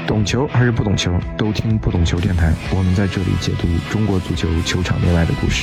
懂球还是不懂球，都听不懂球电台。我们在这里解读中国足球球场内外的故事。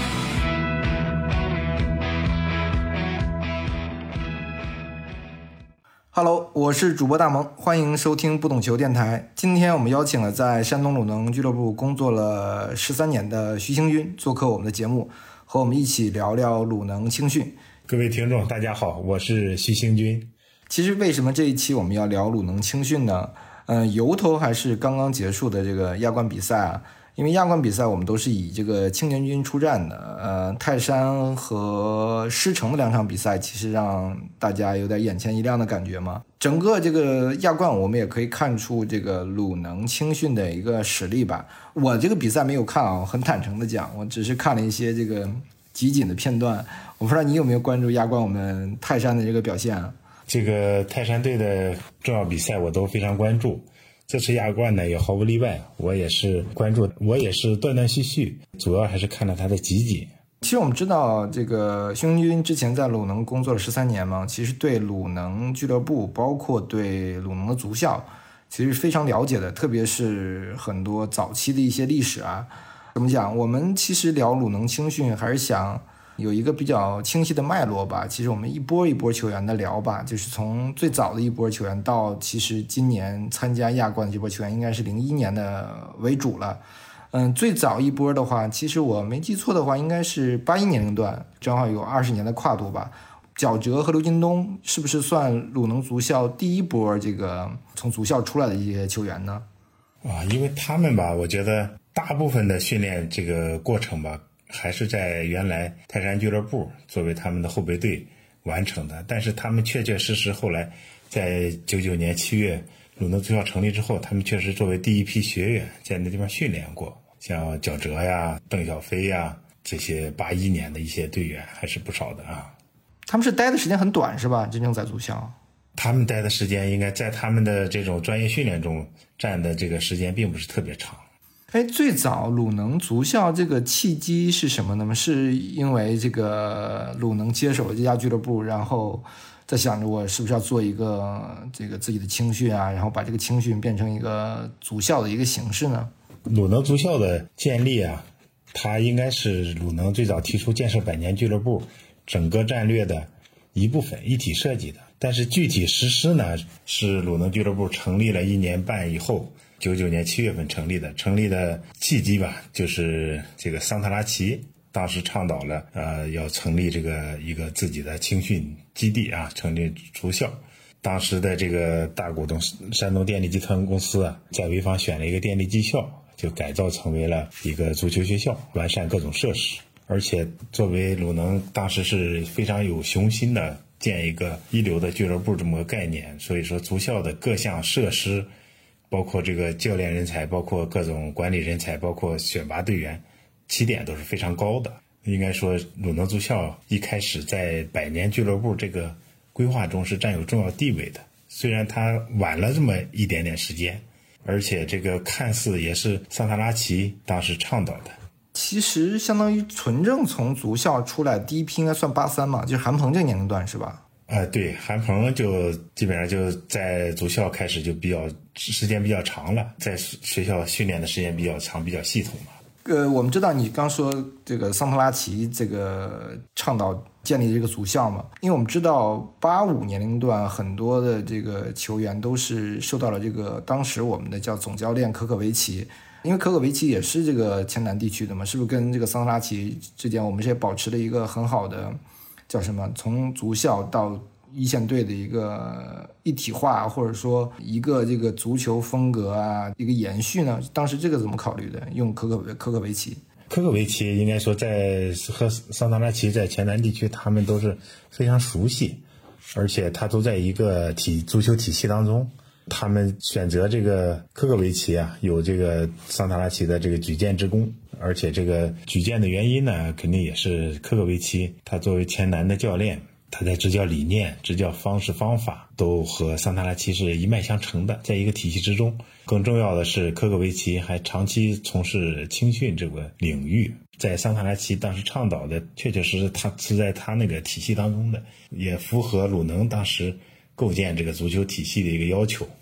Hello， 我是主播大萌，欢迎收听不懂球电台。今天我们邀请了在山东鲁能俱乐部工作了13年的徐星军做客我们的节目，和我们一起聊聊鲁能青训。 各位听众大家好，我是徐星军。 其实为什么这一期我们要聊鲁能青训呢？由头还是刚刚结束的这个亚冠比赛啊。因为亚冠比赛我们都是以这个青年军出战的，泰山和狮城的2场比赛其实让大家有点眼前一亮的感觉嘛。整个这个亚冠我们也可以看出这个鲁能青训的一个实力吧。我这个比赛没有看啊，很坦诚的讲，我只是看了一些这个集锦的片段。我不知道你有没有关注亚冠我们泰山的这个表现啊？ 这个泰山队的重要比赛我都非常关注。这次亚冠呢也毫不例外，我也是关注，我也是断断续续，主要还是看了他的集锦。 其实我们知道这个徐星军之前在鲁能工作了13年嘛，其实对鲁能俱乐部包括对鲁能的足校其实非常了解的，特别是很多早期的一些历史啊。怎么讲，我们其实聊鲁能青训还是想有一个比较清晰的脉络吧。其实我们一波一波球员的聊吧，就是从最早的一波球员到其实今年参加亚冠的这波球员应该是01年的为主了。最早一波的话，其实我没记错的话应该是81年龄段，正好有20年的跨度吧。角哲和刘金东是不是算鲁能足校第一波这个从足校出来的一些球员呢？ 因为他们吧，我觉得大部分的训练这个过程吧还是在原来泰山俱乐部作为他们的后备队完成的，但是他们确确实实后来在99年7月鲁能足校成立之后，他们确实作为第一批学员在那地方训练过，像角哲呀、邓小飞呀，这些81年的一些队员还是不少的啊。 他们是待的时间很短是吧？真正在足校他们待的时间应该在他们的这种专业训练中占的这个时间并不是特别长。 最早鲁能足校这个契机是什么呢？是因为这个鲁能接手了这家俱乐部，然后在想着我是不是要做一个这个自己的青训啊，然后把这个青训变成一个足校的一个形式呢？ 鲁能足校的建立啊，它应该是鲁能最早提出建设100年俱乐部整个战略的一部分，一体设计的。但是具体实施呢，是鲁能俱乐部成立了1年半以后，99年7月份成立的。成立的契机吧，就是这个桑特拉奇当时倡导了要成立这个一个自己的青训基地啊，成立足校。当时的这个大股东山东电力集团公司啊，在潍坊选了一个电力技校，就改造成为了一个足球学校，完善各种设施。而且作为鲁能当时是非常有雄心的建一个一流的俱乐部这么个概念，所以说足校的各项设施，包括这个教练人才，包括各种管理人才，包括选拔队员，起点都是非常高的。应该说鲁能足校一开始在100年俱乐部这个规划中是占有重要地位的，虽然它晚了这么一点点时间，而且这个看似也是桑塔拉奇当时倡导的。 其实相当于纯正从足校出来第一批应该算83嘛，就是韩鹏这个年龄段是吧？ 对，韩鹏就基本上就在足校开始就时间比较长了，在学校训练的时间比较长，比较系统嘛。 我们知道你刚说这个桑特拉奇这个倡导建立这个足校嘛，因为我们知道85年龄段很多的这个球员都是受到了这个当时我们的叫总教练可可维奇。因为可可维奇也是这个黔南地区的嘛，是不是跟这个桑特拉奇之间我们是保持了一个很好的叫什么，从足校到一线队的一个一体化，或者说一个这个足球风格啊一个延续呢？当时这个怎么考虑的？用可可维奇？ 可可维奇应该说在和桑塔拉奇在黔南地区他们都是非常熟悉，而且他都在一个足球体系当中。他们选择这个可可维奇啊，有这个桑塔拉奇的这个举荐之功，而且这个举荐的原因呢，肯定也是可可维奇他作为黔南的教练，他在执教理念、执教方式方法都和桑塔拉奇是一脉相承的，在一个体系之中。更重要的是，可可维奇还长期从事青训这个领域，在桑塔拉奇当时倡导的，确确实实他是在他那个体系当中的，也符合鲁能当时构建这个足球体系的一个要求。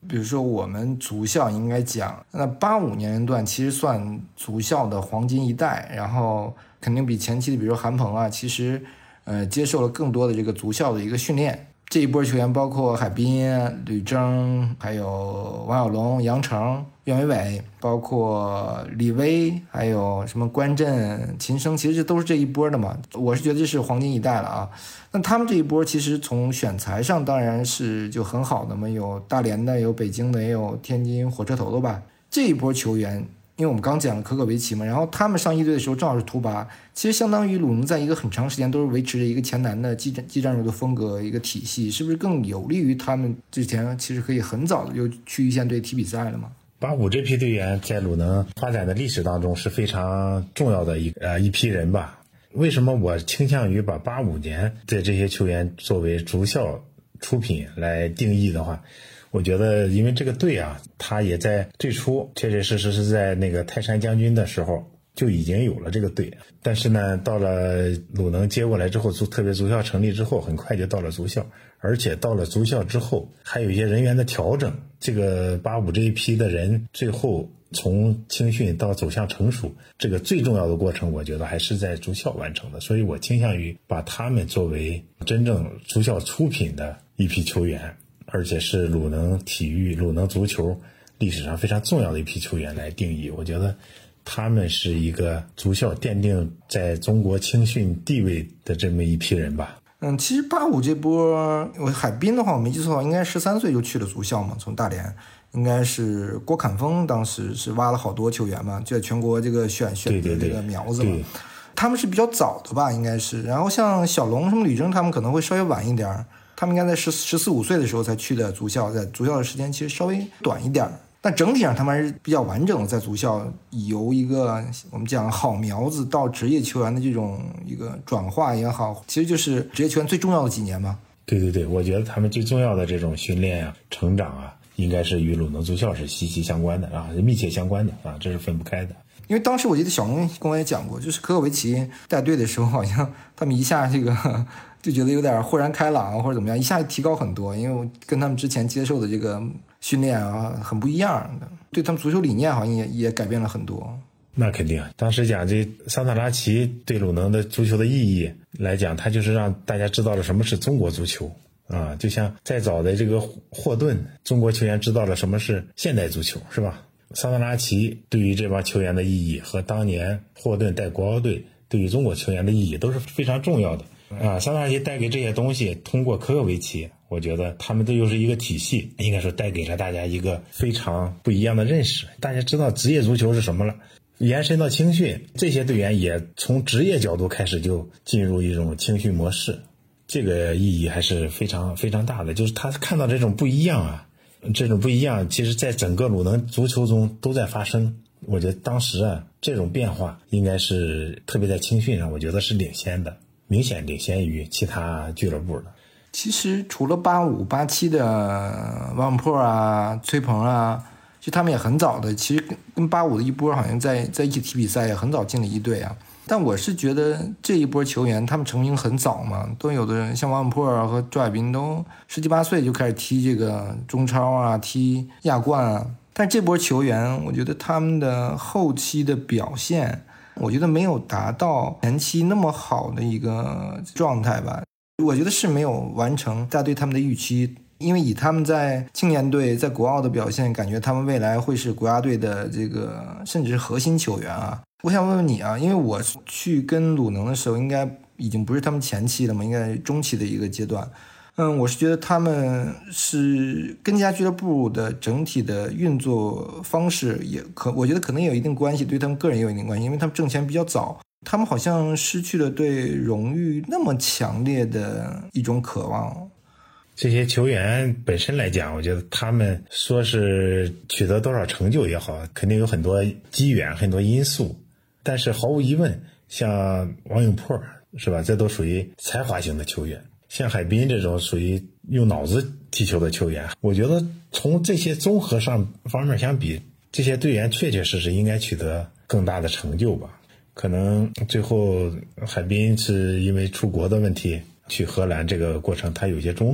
比如说我们足校应该讲，那85年龄段其实算足校的黄金一代，然后肯定比前期的比如说韩鹏啊，其实接受了更多的这个足校的一个训练。这一波球员包括海滨、吕征，还有王小龙、杨成、苑维伟，包括李威，还有什么关震、秦升，其实这都是这一波的嘛。我是觉得这是黄金一代了啊。那他们这一波其实从选材上当然是就很好的嘛，有大连的，有北京的，也有天津火车头的吧。这一波球员因为我们刚讲了可可维奇嘛，然后他们上一队的时候正好是突拔，其实相当于鲁能在一个很长时间都是维持着一个前南的技战术的风格一个体系，是不是更有利于他们之前其实可以很早的就去一线队踢比赛了嘛 ？85这批队员在鲁能发展的历史当中是非常重要的一批人吧。为什么我倾向于把85年的这些球员作为足校出品来定义的话，我觉得因为这个队啊，他也在最初确确实实是在那个泰山将军的时候就已经有了这个队，但是呢，到了鲁能接过来之后，特别足校成立之后，很快就到了足校，而且到了足校之后，还有一些人员的调整。这个85这一批的人，最后从青训到走向成熟，这个最重要的过程，我觉得还是在足校完成的，所以我倾向于把他们作为真正足校出品的一批球员，而且是鲁能体育、鲁能足球历史上非常重要的一批球员来定义。我觉得他们是一个足校奠定在中国青训地位的这么一批人吧。 其实85这波，我海滨的话，我没记错，应该13岁就去了足校嘛，从大连，应该是郭侃峰当时是挖了好多球员嘛，就在全国这个选的这个苗子嘛。对，他们是比较早的吧，应该是。然后像小龙什么吕征他们可能会稍微晚一点，他们应该在14、15岁的时候才去的足校，在足校的时间其实稍微短一点。但整体上他们还是比较完整的，在足校由一个我们讲好苗子到职业球员的这种一个转化也好，其实就是职业球员最重要的几年嘛。 对，我觉得他们最重要的这种训练啊、成长啊，应该是与鲁能足校是息息相关的啊，密切相关的啊，这是分不开的。 因为当时我记得小龙跟我也讲过，就是可可维奇带队的时候，好像他们一下这个就觉得有点豁然开朗或者怎么样，一下就提高很多，因为跟他们之前接受的这个训练啊很不一样的，对他们足球理念好像也改变了很多。 那肯定，当时讲这桑塔拉奇对鲁能的足球的意义来讲，他就是让大家知道了什么是中国足球啊，就像再早的这个霍顿，中国球员知道了什么是现代足球，是吧？桑塔拉奇对于这帮球员的意义和当年霍顿带国奥队对于中国球员的意义都是非常重要的啊。桑塔拉奇带给这些东西，通过可可维奇，我觉得他们这又是一个体系，应该说带给了大家一个非常不一样的认识。大家知道职业足球是什么了，延伸到青训，这些队员也从职业角度开始就进入一种青训模式，这个意义还是非常非常大的。就是他看到这种不一样啊，这种不一样其实在整个鲁能足球中都在发生。我觉得当时啊，这种变化应该是特别在青训上，我觉得是领先的，明显领先于其他俱乐部的。 其实除了85、87的王破啊、崔鹏啊，其实他们也很早的，其实跟85的一波好像在一起踢比赛，也很早进了一队啊。但我是觉得这一波球员他们成名很早嘛，都有的人像王破和周海滨都17、18岁就开始踢这个中超啊，踢亚冠啊。但这波球员我觉得他们的后期的表现，我觉得没有达到前期那么好的一个状态吧。我觉得是没有完成大家对他们的预期，因为以他们在青年队在国奥的表现，感觉他们未来会是国家队的这个甚至是核心球员啊。我想问问你啊，因为我去跟鲁能的时候应该已经不是他们前期了嘛，应该是中期的一个阶段。我是觉得他们是跟家俱乐部的整体的运作方式我觉得可能也有一定关系，对他们个人也有一定关系，因为他们挣钱比较早，他们好像失去了对荣誉那么强烈的一种渴望。 这些球员本身来讲，我觉得他们说是取得多少成就也好，肯定有很多机缘、很多因素，但是毫无疑问，像王永珀是吧，这都属于才华型的球员，像海滨这种属于用脑子踢球的球员，我觉得从这些综合上方面相比，这些队员确确实实应该取得更大的成就吧。可能最后海滨是因为出国的问题去荷兰，这个过程他有些中断，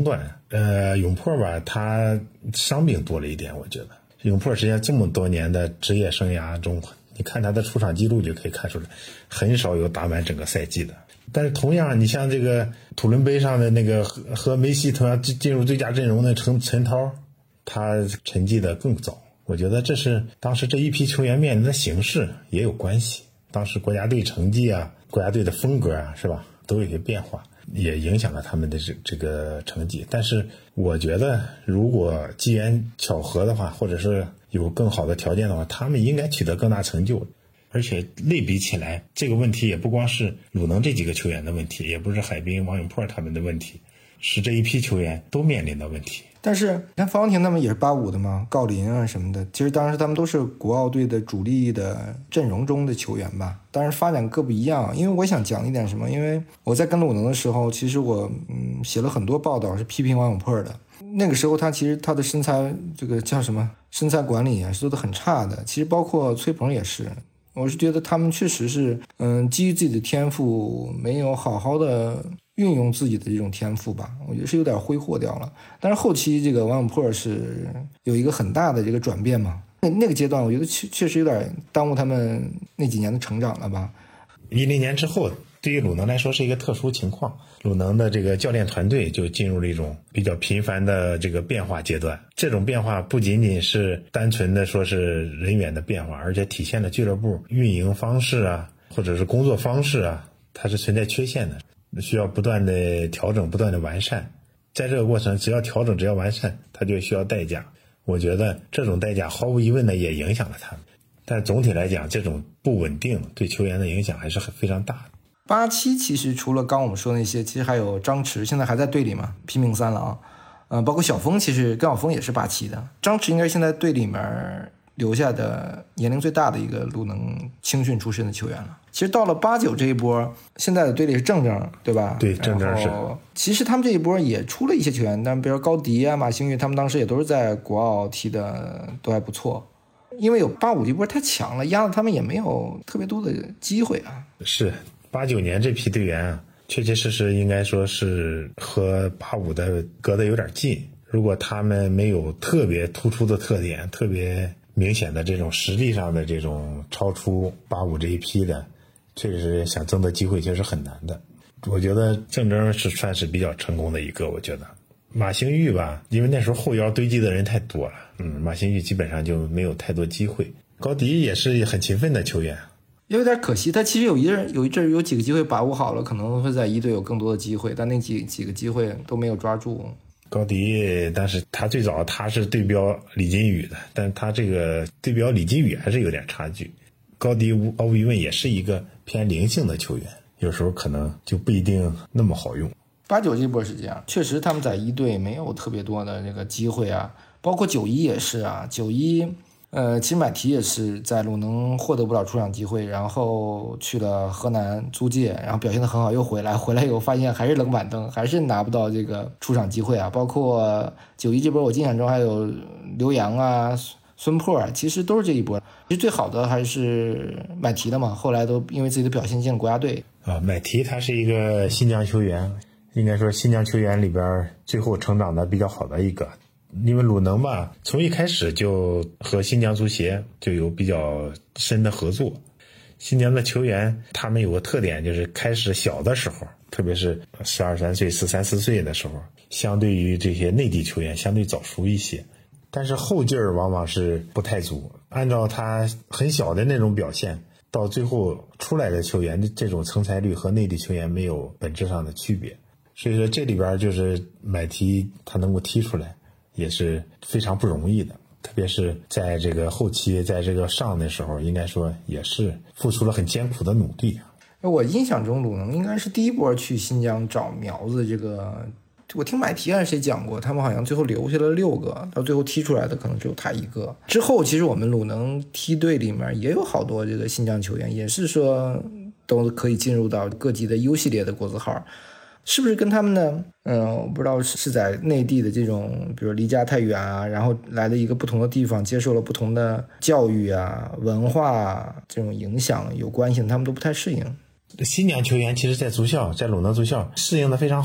永珀吧，他伤病多了一点，我觉得永珀实际上这么多年的职业生涯中，你看他的出场记录就可以看出来，很少有打满整个赛季的。但是同样，你像这个土伦杯上的那个和梅西同样进入最佳阵容的陈涛，他沉寂的更早。我觉得这是当时这一批球员面临的形势也有关系。当时国家队成绩啊，国家队的风格啊，是吧，都有些变化，也影响了他们的这个成绩。但是我觉得，如果机缘巧合的话，或者是有更好的条件的话，他们应该取得更大成就。而且类比起来，这个问题也不光是鲁能这几个球员的问题，也不是海滨、王永珀他们的问题，是这一批球员都面临的问题。 但是你看方婷他们也是85的嘛，郜林啊什么的，其实当时他们都是国奥队的主力的阵容中的球员吧，当然发展各不一样。因为我想讲一点什么，因为我在跟鲁能的时候，其实我写了很多报道是批评王永珀的。那个时候他其实他的身材这个叫什么身材管理啊是做的很差的，其实包括崔鹏也是。我是觉得他们确实是基于自己的天赋没有好好的运用自己的这种天赋吧，我觉得是有点挥霍掉了。但是后期这个王永珀是有一个很大的这个转变嘛，那个阶段我觉得确实有点耽误他们那几年的成长了吧。 10年之后对于鲁能来说是一个特殊情况，鲁能的这个教练团队就进入了一种比较频繁的这个变化阶段。这种变化不仅仅是单纯的说是人员的变化，而且体现了俱乐部运营方式啊，或者是工作方式啊，它是存在缺陷的，需要不断的调整，不断的完善。在这个过程，只要调整，只要完善，它就需要代价。我觉得这种代价毫无疑问的也影响了他们。但总体来讲，这种不稳定对球员的影响还是非常大的。 87其实除了刚我们说那些，其实还有张弛，现在还在队里嘛，拼命三郎，包括小峰，其实跟小峰也是87的。张弛应该是现在队里面留下的年龄最大的一个鲁能青训出身的球员了。其实到了89这一波，现在的队里是郑铮，对吧？ 对，郑铮是。 其实他们这一波也出了一些球员，但比如高迪啊、马星宇，他们当时也都是在国奥踢的都还不错。因为有85这波太强了，压得他们也没有特别多的机会啊。 是。89年这批队员啊，确确实实应该说是和85的隔得有点近。如果他们没有特别突出的特点，特别明显的这种实力上的这种超出85这一批的，确实想争得机会确实很难的。我觉得郑铮是算是比较成功的一个。我觉得马星宇吧，因为那时候后腰堆积的人太多了，马星宇基本上就没有太多机会。高迪也是很勤奋的球员。 有点可惜，他其实有一阵有几个机会把握好了，可能会在一队有更多的机会，但那几个机会都没有抓住。 高迪，但是他最早他是对标李金羽的，但他这个对标李金羽还是有点差距。高迪毫无疑问也是一个偏灵性的球员，有时候可能就不一定那么好用。 89这波是这样，确实他们在一队没有特别多的这个机会啊，包括91也是啊，91。其实买提也是在鲁能获得不了出场机会，然后去了河南租借，然后表现得很好，又回来以后发现还是冷板凳，还是拿不到这个出场机会啊。包括91这波，我印象中还有刘洋啊、孙珀啊，其实都是这一波。其实最好的还是买提的嘛，后来都因为自己的表现进了国家队。 买提他是一个新疆球员，应该说新疆球员里边最后成长的比较好的一个。因为鲁能吧，从一开始就和新疆足协就有比较深的合作。新疆的球员他们有个特点，就是开始小的时候，特别是12、13岁、13、14岁的时候，相对于这些内地球员相对早熟一些，但是后劲儿往往是不太足。按照他很小的那种表现，到最后出来的球员的这种成才率和内地球员没有本质上的区别。所以说这里边就是买提他能够踢出来也是非常不容易的，特别是在这个后期，在这个上的时候，应该说也是付出了很艰苦的努力。 我印象中鲁能应该是第一波去新疆找苗子，这个我听买提还是谁讲过，他们好像最后留下了6个，到最后踢出来的可能只有他一个。之后其实我们鲁能梯队里面也有好多这个新疆球员，也是说都可以进入到各级的 U 系列的国字号。是不是跟他们呢？我不知道是在内地的这种，比如离家太远啊，然后来了一个不同的地方，接受了不同的教育啊、文化啊这种影响有关系，他们都不太适应。 新疆球员其实在足校，在鲁能足校适应的非常好，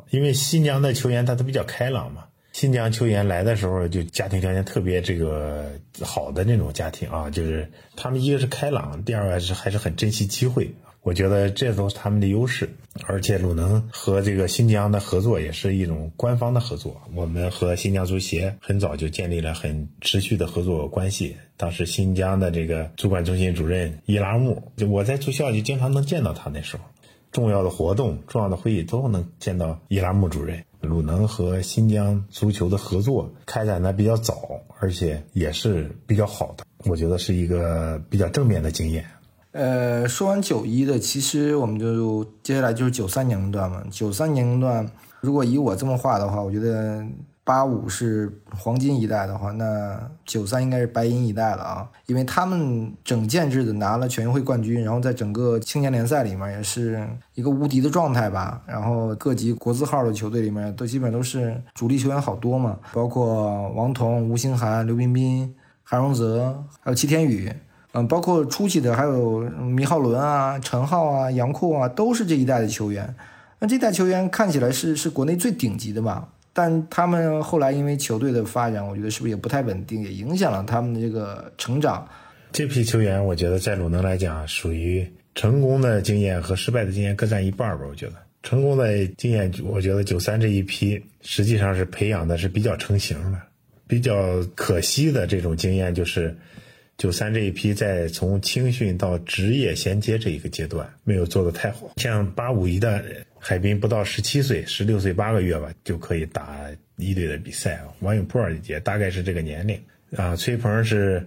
因为新疆的球员他都比较开朗嘛。新疆球员来的时候就家庭条件特别这个好的那种家庭啊，就是他们一个是开朗，第二个还是很珍惜机会。我觉得这都是他们的优势。而且鲁能和这个新疆的合作也是一种官方的合作，我们和新疆足协很早就建立了很持续的合作关系。当时新疆的这个主管中心主任伊拉木，就我在住校就经常能见到他，那时候重要的活动重要的会议都能见到伊拉木主任。鲁能和新疆足球的合作开展的比较早，而且也是比较好的，我觉得是一个比较正面的经验。 说完91的，其实我们就接下来就是93年龄段嘛。93年龄段，如果以我这么画的话，我觉得85是黄金一代的话，那93应该是白银一代了啊，因为他们整建制的拿了全运会冠军，然后在整个青年联赛里面也是一个无敌的状态吧。然后各级国字号的球队里面都基本都是主力球员好多嘛，包括王彤、吴兴涵、刘彬彬、韩荣泽，还有戚天宇。包括初期的还有米浩伦啊、陈浩啊、杨库啊，都是这一代的球员。那这代球员看起来是国内最顶级的嘛，但他们后来因为球队的发展，我觉得是不是也不太稳定，也影响了他们的这个成长。 这批球员我觉得在鲁能来讲属于成功的经验和失败的经验各占一半吧。我觉得成功的经验，我觉得93这一批实际上是培养的是比较成型的。比较可惜的这种经验就是93这一批在从青训到职业衔接这一个阶段没有做得太好。像85一的海滨不到17岁16岁8个月吧就可以打一队的比赛，王永珀也大概是这个年龄啊。崔鹏是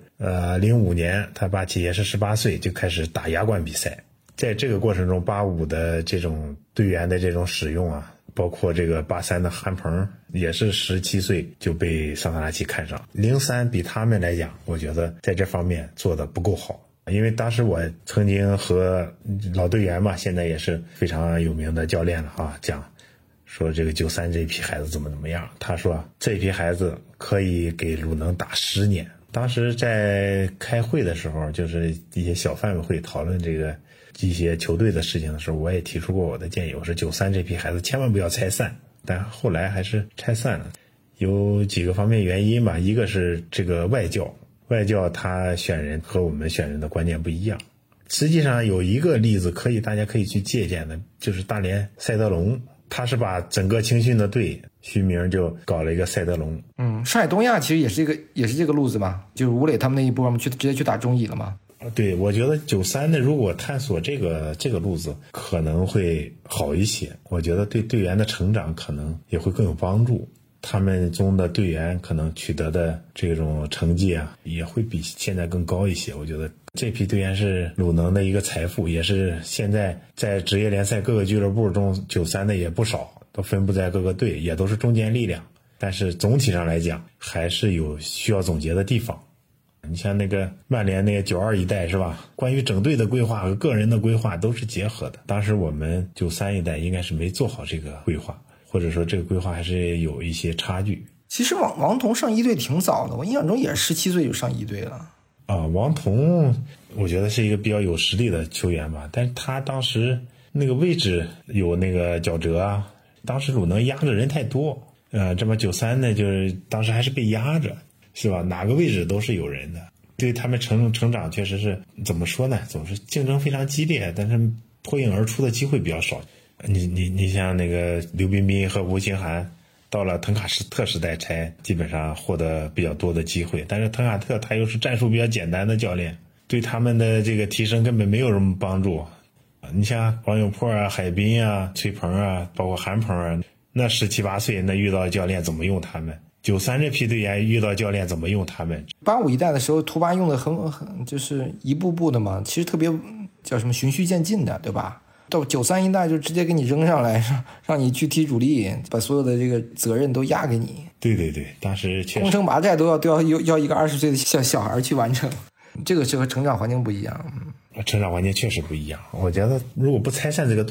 05年他87也是18岁就开始打亚冠比赛。在这个过程中85的这种队员的这种使用啊，包括这个83的韩鹏也是17岁就被桑塔纳奇看上。03比他们来讲，我觉得在这方面做得不够好。因为当时我曾经和老队员嘛，现在也是非常有名的教练了啊，讲说这个93这一批孩子怎么样。他说这批孩子可以给鲁能打10年。当时在开会的时候，就是一些小范围会讨论这个一些球队的事情的时候，我也提出过我的建议，我说93这批孩子千万不要拆散。但后来还是拆散了，有几个方面原因吧。一个是这个外教他选人和我们选人的观念不一样。实际上有一个例子大家可以去借鉴的，就是大连赛德龙，他是把整个青训的队徐明就搞了一个赛德龙。 上海东亚其实也是这个路子嘛，就是吴磊他们那一波直接去打中乙了嘛。 对，我觉得93的如果探索这个路子可能会好一些，我觉得对队员的成长可能也会更有帮助。他们中的队员可能取得的这种成绩啊，也会比现在更高一些。我觉得这批队员是鲁能的一个财富，也是现在在职业联赛各个俱乐部中93的也不少，都分布在各个队，也都是中坚力量。但是总体上来讲，还是有需要总结的地方。你像那个曼联那个92一代是吧？关于整队的规划和个人的规划都是结合的。当时我们93一代应该是没做好这个规划，或者说这个规划还是有一些差距。 其实王彤上一队挺早的，我印象中也是17岁就上一队了。 王彤我觉得是一个比较有实力的球员吧，但是他当时那个位置有那个脚折啊，当时鲁能压着人太多，这么93呢，就是当时还是被压着。是吧？哪个位置都是有人的，对他们成长确实是怎么说呢？总是竞争非常激烈，但是脱颖而出的机会比较少。你像那个刘彬彬和吴兴涵，到了滕卡特时代才基本上获得比较多的机会，但是滕卡特他又是战术比较简单的教练，对他们的这个提升根本没有什么帮助。你像王永珀啊、海滨啊、崔鹏啊，包括韩鹏啊，那17、18岁，那遇到教练怎么用他们？93这批队员遇到教练怎么用他们 ？85一代的时候，图巴用的很就是一步步的嘛，其实特别叫什么循序渐进的，对吧？到93一代就直接给你扔上来，让你去踢主力，把所有的这个责任都压给你。 对，当时确实攻城拔寨都要一个20岁的小孩去完成，这个是和成长环境不一样。 成长环境确实不一样。我觉得如果不拆散这个队，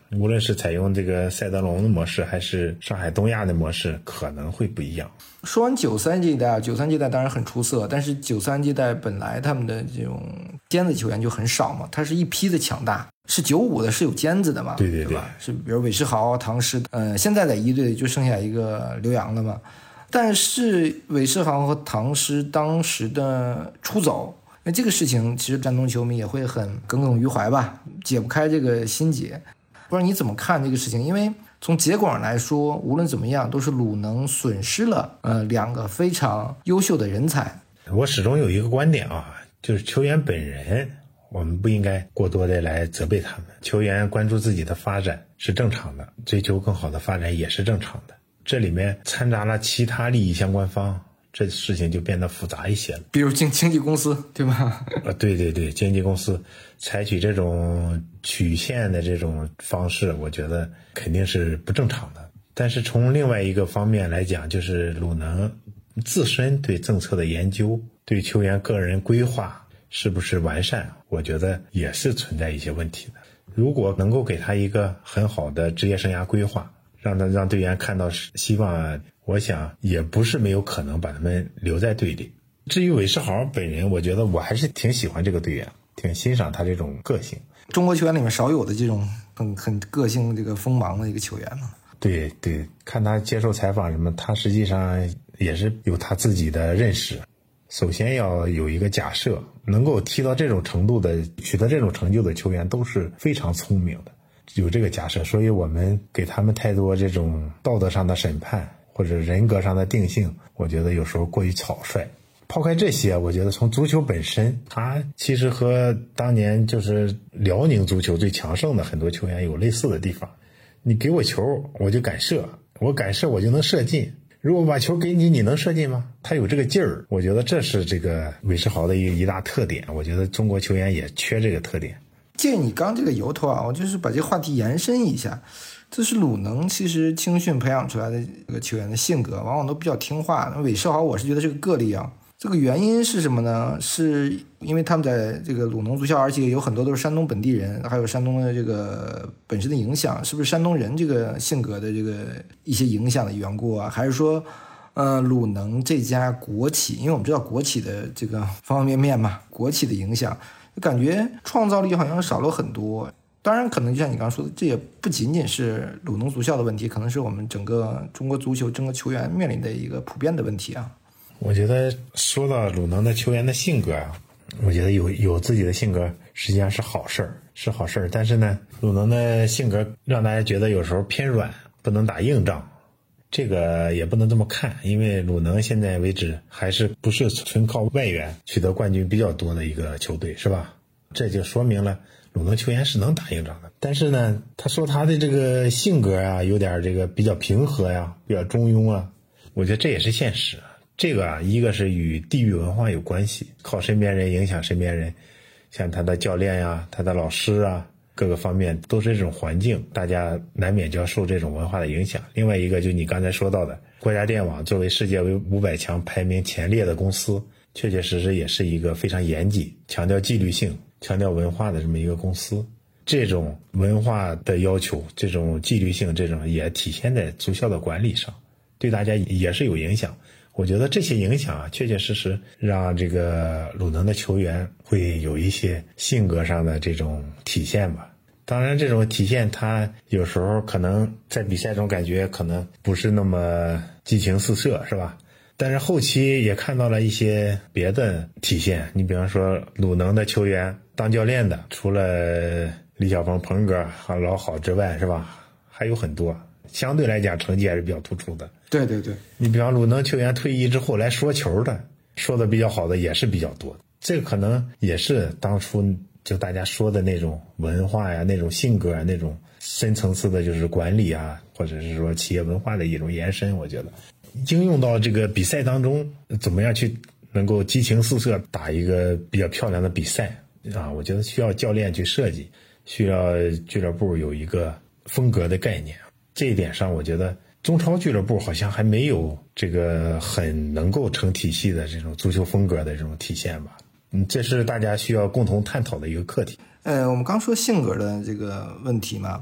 无论是采用这个赛德龙的模式还是上海东亚的模式，可能会不一样。 说完93这一代，93这一代当然很出色，但是93这一代本来他们的这种尖子球员就很少嘛，它是一批的强大，是95的是有尖子的嘛， 对吧？是比如韦世豪、唐诗，现在在一队就剩下一个刘洋了嘛。但是韦世豪和唐诗当时的出走，那这个事情其实山东球迷也会很耿耿于怀吧，解不开这个心结。不知道你怎么看这个事情？因为从结果上来说，无论怎么样，都是鲁能损失了2个非常优秀的人才。 我始终有一个观点啊，就是球员本人，我们不应该过多的来责备他们。球员关注自己的发展是正常的，追求更好的发展也是正常的。这里面掺杂了其他利益相关方，这事情就变得复杂一些了。 比如经纪公司，对吧？ 对，经纪公司采取这种曲线的这种方式，我觉得肯定是不正常的。但是从另外一个方面来讲，就是鲁能自身对政策的研究，对球员个人规划是不是完善，我觉得也是存在一些问题的。如果能够给他一个很好的职业生涯规划，让队员看到希望，我想也不是没有可能把他们留在队里。至于韦世豪本人，我觉得我还是挺喜欢这个队员，挺欣赏他这种个性。 中国球员里面少有的这种很个性、这个锋芒的一个球员嘛。 对，看他接受采访什么，他实际上也是有他自己的认识。首先要有一个假设，能够踢到这种程度的、取得这种成就的球员都是非常聪明的，有这个假设，所以我们给他们太多这种道德上的审判或者人格上的定性，我觉得有时候过于草率。抛开这些，我觉得从足球本身，它其实和当年就是辽宁足球最强盛的很多球员有类似的地方。你给我球，我就敢射，我敢射我就能射进。如果把球给你，你能射进吗？他有这个劲儿，我觉得这是这个韦世豪的一大特点。我觉得中国球员也缺这个特点。 借你刚这个由头啊，我就是把这个话题延伸一下。这是鲁能其实青训培养出来的这个球员的性格，往往都比较听话。那韦世豪我是觉得是个个例啊。这个原因是什么呢？是因为他们在这个鲁能足校，而且有很多都是山东本地人，还有山东的这个本身的影响，是不是山东人这个性格的这个一些影响的缘故啊？还是说鲁能这家国企，因为我们知道国企的这个方方面面嘛，国企的影响，感觉创造力好像少了很多。当然可能就像你刚刚说的，这也不仅仅是鲁能足校的问题，可能是我们整个中国足球整个球员面临的一个普遍的问题啊。 我觉得说到鲁能的球员的性格啊，我觉得有自己的性格实际上是好事儿，但是呢，鲁能的性格让大家觉得有时候偏软，不能打硬仗。这个也不能这么看，因为鲁能现在为止还是不是纯靠外援取得冠军比较多的一个球队，是吧？这就说明了鲁能球员是能打硬仗的。但是呢，他说他的这个性格啊，有点这个比较平和呀，比较中庸啊，我觉得这也是现实。这个啊，一个是与地域文化有关系，靠身边人影响身边人，像他的教练呀、他的老师啊，各个方面都是这种环境，大家难免就要受这种文化的影响。另外一个就你刚才说到的，国家电网作为世界500强排名前列的公司，确确实实也是一个非常严谨、强调纪律性、强调文化的这么一个公司。这种文化的要求，这种纪律性，这种也体现在足校的管理上，对大家也是有影响。我觉得这些影响啊，确确实实让这个鲁能的球员会有一些性格上的这种体现吧。当然这种体现他有时候可能在比赛中感觉可能不是那么激情四射，是吧？但是后期也看到了一些别的体现。你比方说鲁能的球员当教练的，除了李晓峰、鹏哥和老郝之外，是吧？还有很多相对来讲成绩还是比较突出的。 对， 你比方鲁能球员退役之后来说球的，说的比较好的也是比较多。这个可能也是当初就大家说的那种文化呀、那种性格啊、那种深层次的就是管理啊，或者是说企业文化的一种延伸。我觉得应用到这个比赛当中，怎么样去能够激情四射打一个比较漂亮的比赛啊？我觉得需要教练去设计，需要俱乐部有一个风格的概念。这一点上我觉得中超俱乐部好像还没有这个很能够成体系的这种足球风格的这种体现吧。这是大家需要共同探讨的一个课题。 我们刚说性格的这个问题嘛，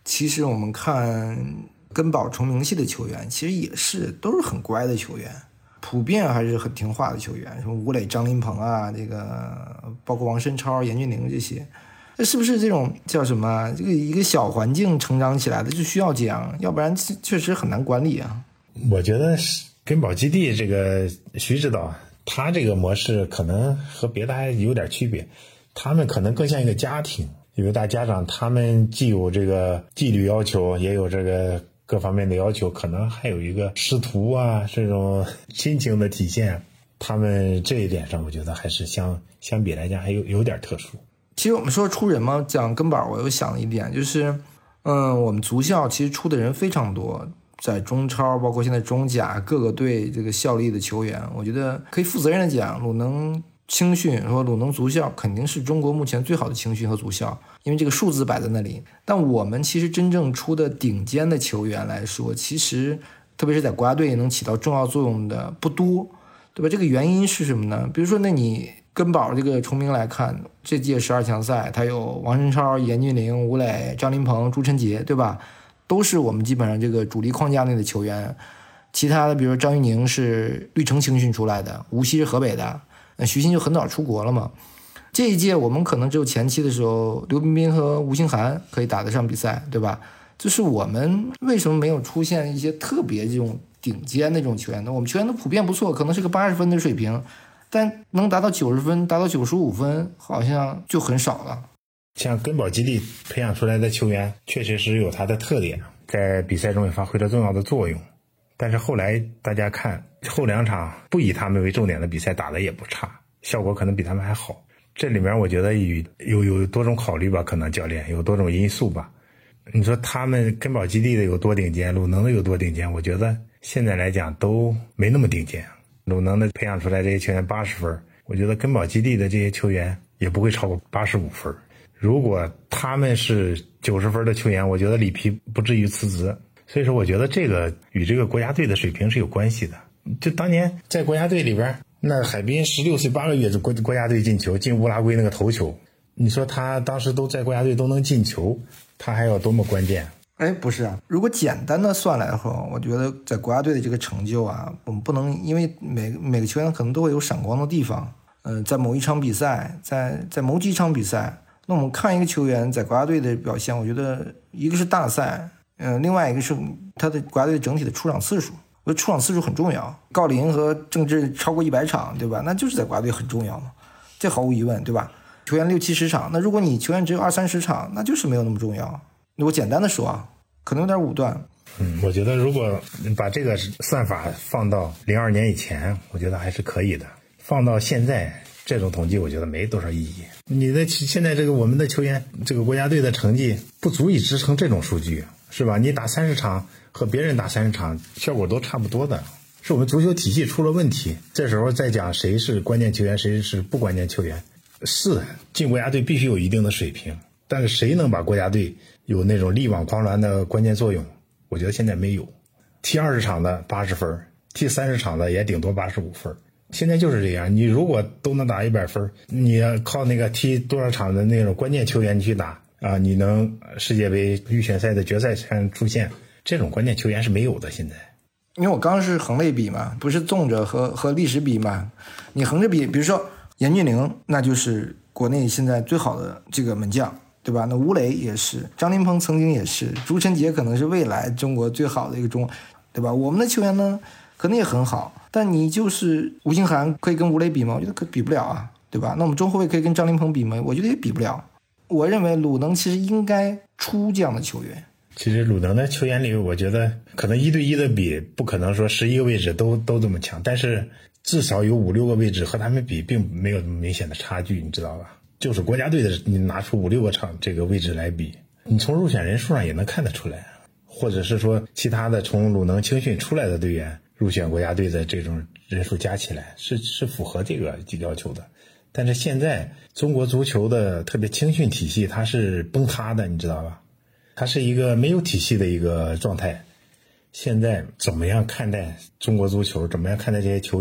其实我们看根宝崇明系的球员，其实都是很乖的球员，普遍还是很听话的球员，什么吴磊、张琳芃啊，这个包括王申超、严俊凌这些。这是不是这种叫什么？这个一个小环境成长起来的就需要这样，要不然确实很难管理啊。 我觉得根宝基地这个徐指导，他这个模式可能和别的还有点区别，他们可能更像一个家庭，因为大家长他们既有这个纪律要求，也有这个各方面的要求，可能还有一个师徒啊这种亲情的体现，他们这一点上我觉得还是相比来讲还有点特殊。 其实我们说出人嘛，讲根宝，我又想了一点，就是我们足校其实出的人非常多，在中超包括现在中甲各个队这个效力的球员，我觉得可以负责任的讲，鲁能青训和鲁能足校肯定是中国目前最好的青训和足校，因为这个数字摆在那里。但我们其实真正出的顶尖的球员来说，其实特别是在国家队能起到重要作用的不多，对吧？这个原因是什么呢？比如说，那你根宝这个崇明来看，这届12强赛他有王申超、严俊凌、吴磊、张琳芃、朱晨杰，对吧？都是我们基本上这个主力框架内的球员。其他的比如说张玉宁是绿城青训出来的，吴曦是河北的，徐新就很早出国了嘛。这一届我们可能只有前期的时候刘彬彬和吴兴涵可以打得上比赛，对吧？就是我们为什么没有出现一些特别这种顶尖的这种球员呢？我们球员都普遍不错，可能是个80分的水平，但能达到90分达到95分好像就很少了。 像根宝基地培养出来的球员确实是有他的特点，在比赛中也发挥了重要的作用，但是后来大家看后2场不以他们为重点的比赛打得也不差，效果可能比他们还好。这里面我觉得有多种考虑吧，可能教练有多种因素吧。你说他们根宝基地的有多顶尖，鲁能的有多顶尖，我觉得现在来讲都没那么顶尖。鲁能的培养出来这些球员80分，我觉得根宝基地的这些球员也不会超过85分。如果他们是90分的球员，我觉得里皮不至于辞职。所以说我觉得这个与这个国家队的水平是有关系的。就当年在国家队里边，那海滨16岁8个月就国家队进球，进乌拉圭那个头球，你说他当时都在国家队都能进球，他还要多么关键？ 不是啊，如果简单的算来说，我觉得在国家队的这个成就啊，我们不能因为每个球员可能都会有闪光的地方，在某一场比赛，在某几场比赛，那我们看一个球员在国家队的表现，我觉得一个是大赛，另外一个是他的国家队整体的出场次数，我觉得出场次数很重要。郜林和郑智超过100场，对吧？那就是在国家队很重要嘛，这毫无疑问，对吧？球员60-70场，那如果你球员只有20-30场，那就是没有那么重要。我简单的说啊，可能有点武断。 我觉得如果把这个算法放到02年以前，我觉得还是可以的。放到现在，这种统计我觉得没多少意义。你的现在这个我们的球员，这个国家队的成绩不足以支撑这种数据，是吧？你打30场和别人打30场效果都差不多的，是我们足球体系出了问题。这时候再讲谁是关键球员，谁是不关键球员，是进国家队必须有一定的水平，但是谁能把国家队有那种力挽狂澜的关键作用，我觉得现在没有。踢20场的80分，踢30场的也顶多85分，现在就是这样。你如果都能打100分，你要靠那个踢多少场的那种关键球员你去打啊，你能世界杯预选赛的决赛圈出现，这种关键球员是没有的现在。 因为我刚刚是横类比嘛，不是纵着和历史比嘛。你横着比，比如说严俊凌，那就是国内现在最好的这个门将，对吧？那吴磊也是，张琳芃曾经也是，朱晨杰可能是未来中国最好的一个对吧？我们的球员呢，可能也很好，但你就是吴兴涵可以跟吴磊比吗？我觉得比不了啊，对吧？那我们中后卫可以跟张琳芃比吗？我觉得也比不了。我认为鲁能其实应该出这样的球员。 其实鲁能的球员里，我觉得可能1对1的比，不可能说11个位置都这么强，但是至少有5-6个位置和他们比并没有明显的差距，你知道吧？就是国家队的，你拿出5-6个场这个位置来比，你从入选人数上也能看得出来，或者是说其他的从鲁能青训出来的队员入选国家队的这种人数加起来是符合这个要求的。但是现在中国足球的特别青训体系它是崩塌的，你知道吧？它是一个没有体系的一个状态。现在怎么样看待中国足球，怎么样看待这些球员，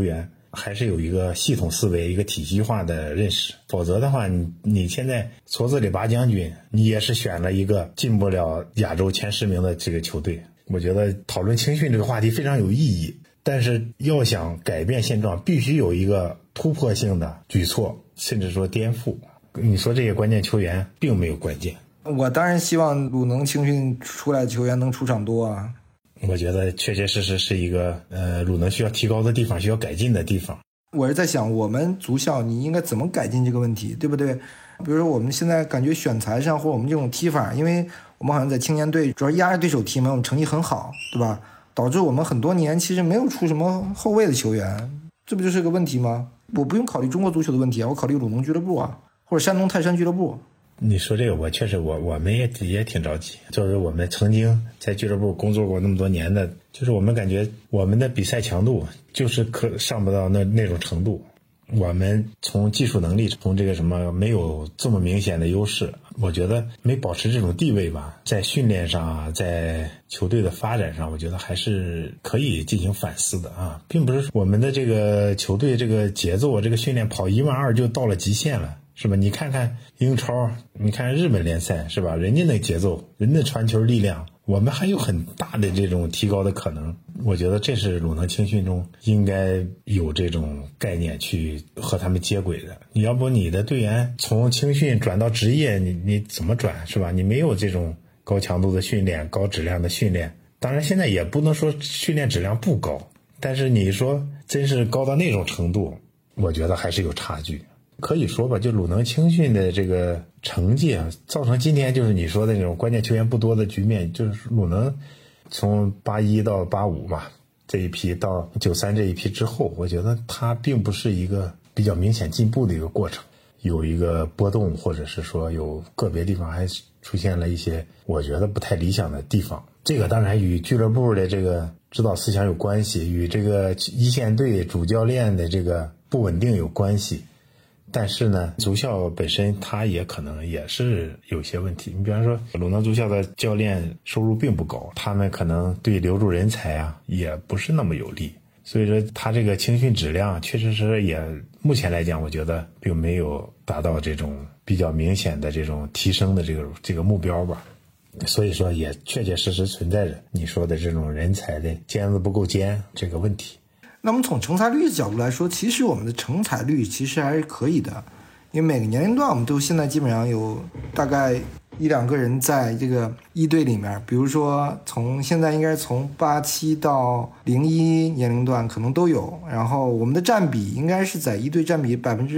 还是有一个系统思维、一个体系化的认识，否则的话，你现在矬子里拔将军，你也是选了一个进不了亚洲前10名的这个球队。我觉得讨论青训这个话题非常有意义，但是要想改变现状，必须有一个突破性的举措，甚至说颠覆。你说这些关键球员并没有关键。 我当然希望鲁能青训出来的球员能出场多啊。 我觉得确确实实是一个鲁能需要提高的地方，需要改进的地方。 我是在想，我们足校你应该怎么改进这个问题，对不对？比如说我们现在感觉选材上或者我们这种踢法，因为我们好像在青年队主要压着对手踢嘛，我们成绩很好，对吧？导致我们很多年其实没有出什么后卫的球员，这不就是个问题吗？我不用考虑中国足球的问题啊，我考虑鲁能俱乐部啊，或者山东泰山俱乐部。 你说这个我确实我们也挺着急。作为我们曾经在俱乐部工作过那么多年的，就是我们感觉我们的比赛强度就是上不到那种程度。我们从技术能力，从这个什么没有这么明显的优势，我觉得没保持这种地位吧，在训练上啊，在球队的发展上，我觉得还是可以进行反思的啊，并不是我们的这个球队这个节奏，这个训练跑12000就到了极限了。是吧？你看看英超，你看日本联赛，是吧？人家那节奏，人家传球力量，我们还有很大的这种提高的可能。我觉得这是鲁能青训中应该有这种概念去和他们接轨的。你要不你的队员从青训转到职业，你怎么转，是吧？你没有这种高强度的训练，高质量的训练。当然现在也不能说训练质量不高，但是你说真是高到那种程度，我觉得还是有差距。可以说吧，就鲁能青训的这个成绩啊，造成今天就是你说的那种关键球员不多的局面。就是鲁能从81到85吧这一批到93这一批之后，我觉得它并不是一个比较明显进步的一个过程，有一个波动，或者是说有个别地方还出现了一些我觉得不太理想的地方。这个当然与俱乐部的这个指导思想有关系，与这个一线队主教练的这个不稳定有关系。但是呢，足校本身它也可能也是有些问题。你比方说鲁能足校的教练收入并不高，他们可能对留住人才啊也不是那么有利，所以说他这个青训质量确实是也目前来讲，我觉得并没有达到这种比较明显的这种提升的这个目标吧。所以说也确确实实存在着你说的这种人才的尖子不够尖这个问题。 那我们从成才率的角度来说，其实我们的成才率其实还是可以的，因为每个年龄段我们都现在基本上有大概1-2个人在这个一队里面，比如说从现在应该是从87到01年龄段可能都有，然后我们的占比应该是在一队占比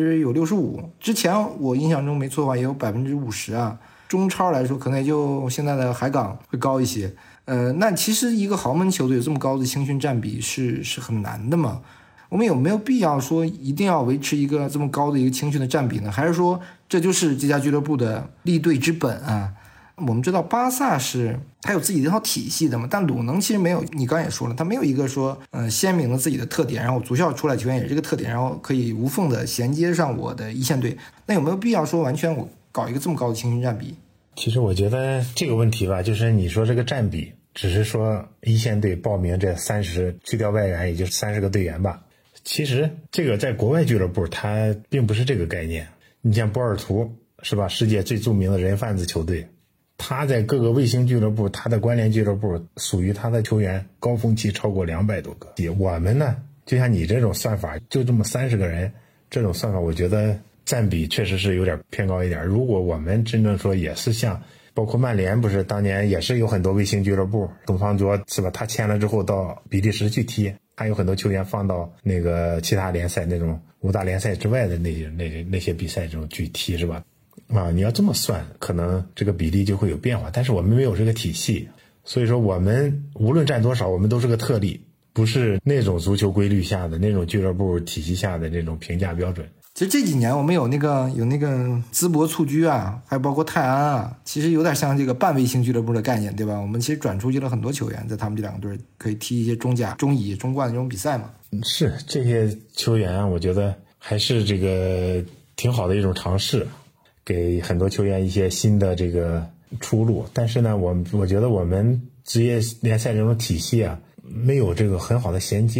65%，之前我印象中没错的话也有50%啊，中超来说可能也就现在的海港会高一些。那其实一个豪门球队有这么高的青训占比是很难的嘛？我们有没有必要说一定要维持一个这么高的一个青训的占比呢？还是说这就是这家俱乐部的立队之本啊？我们知道巴萨是它有自己的一套体系的嘛，但鲁能其实没有，你刚才也说了，它没有一个说鲜明的自己的特点，然后足校出来球员也是这个特点，然后可以无缝的衔接上我的一线队。那有没有必要说完全我搞一个这么高的青训占比？ 其实我觉得这个问题吧，就是你说这个占比只是说一线队报名这30去掉外援也就30个队员吧，其实这个在国外俱乐部它并不是这个概念。你像波尔图是吧，世界最著名的人贩子球队，他在各个卫星俱乐部，他的关联俱乐部属于他的球员高峰期超过200多个。我们呢就像你这种算法就这么30个人，这种算法我觉得占比确实是有点偏高一点。如果我们真正说也是像包括曼联，不是当年也是有很多卫星俱乐部，董方卓是吧，他签了之后到比利时去踢，还有很多球员放到那个其他联赛那种5大联赛之外的那些比赛中去踢，是吧？你要这么算可能这个比例就会有变化，但是我们没有这个体系，所以说我们无论占多少，我们都是个特例，不是那种足球规律下的那种俱乐部体系下的那种评价标准。 其实这几年我们有那个淄博蹴鞠啊，还有包括泰安啊，其实有点像这个半卫星俱乐部的概念，对吧？我们其实转出去了很多球员，在他们这两个队可以踢一些中甲、中乙、中冠的这种比赛嘛。是这些球员，我觉得还是这个挺好的一种尝试，给很多球员一些新的这个出路。但是呢，我觉得我们职业联赛这种体系啊，没有这个很好的衔接。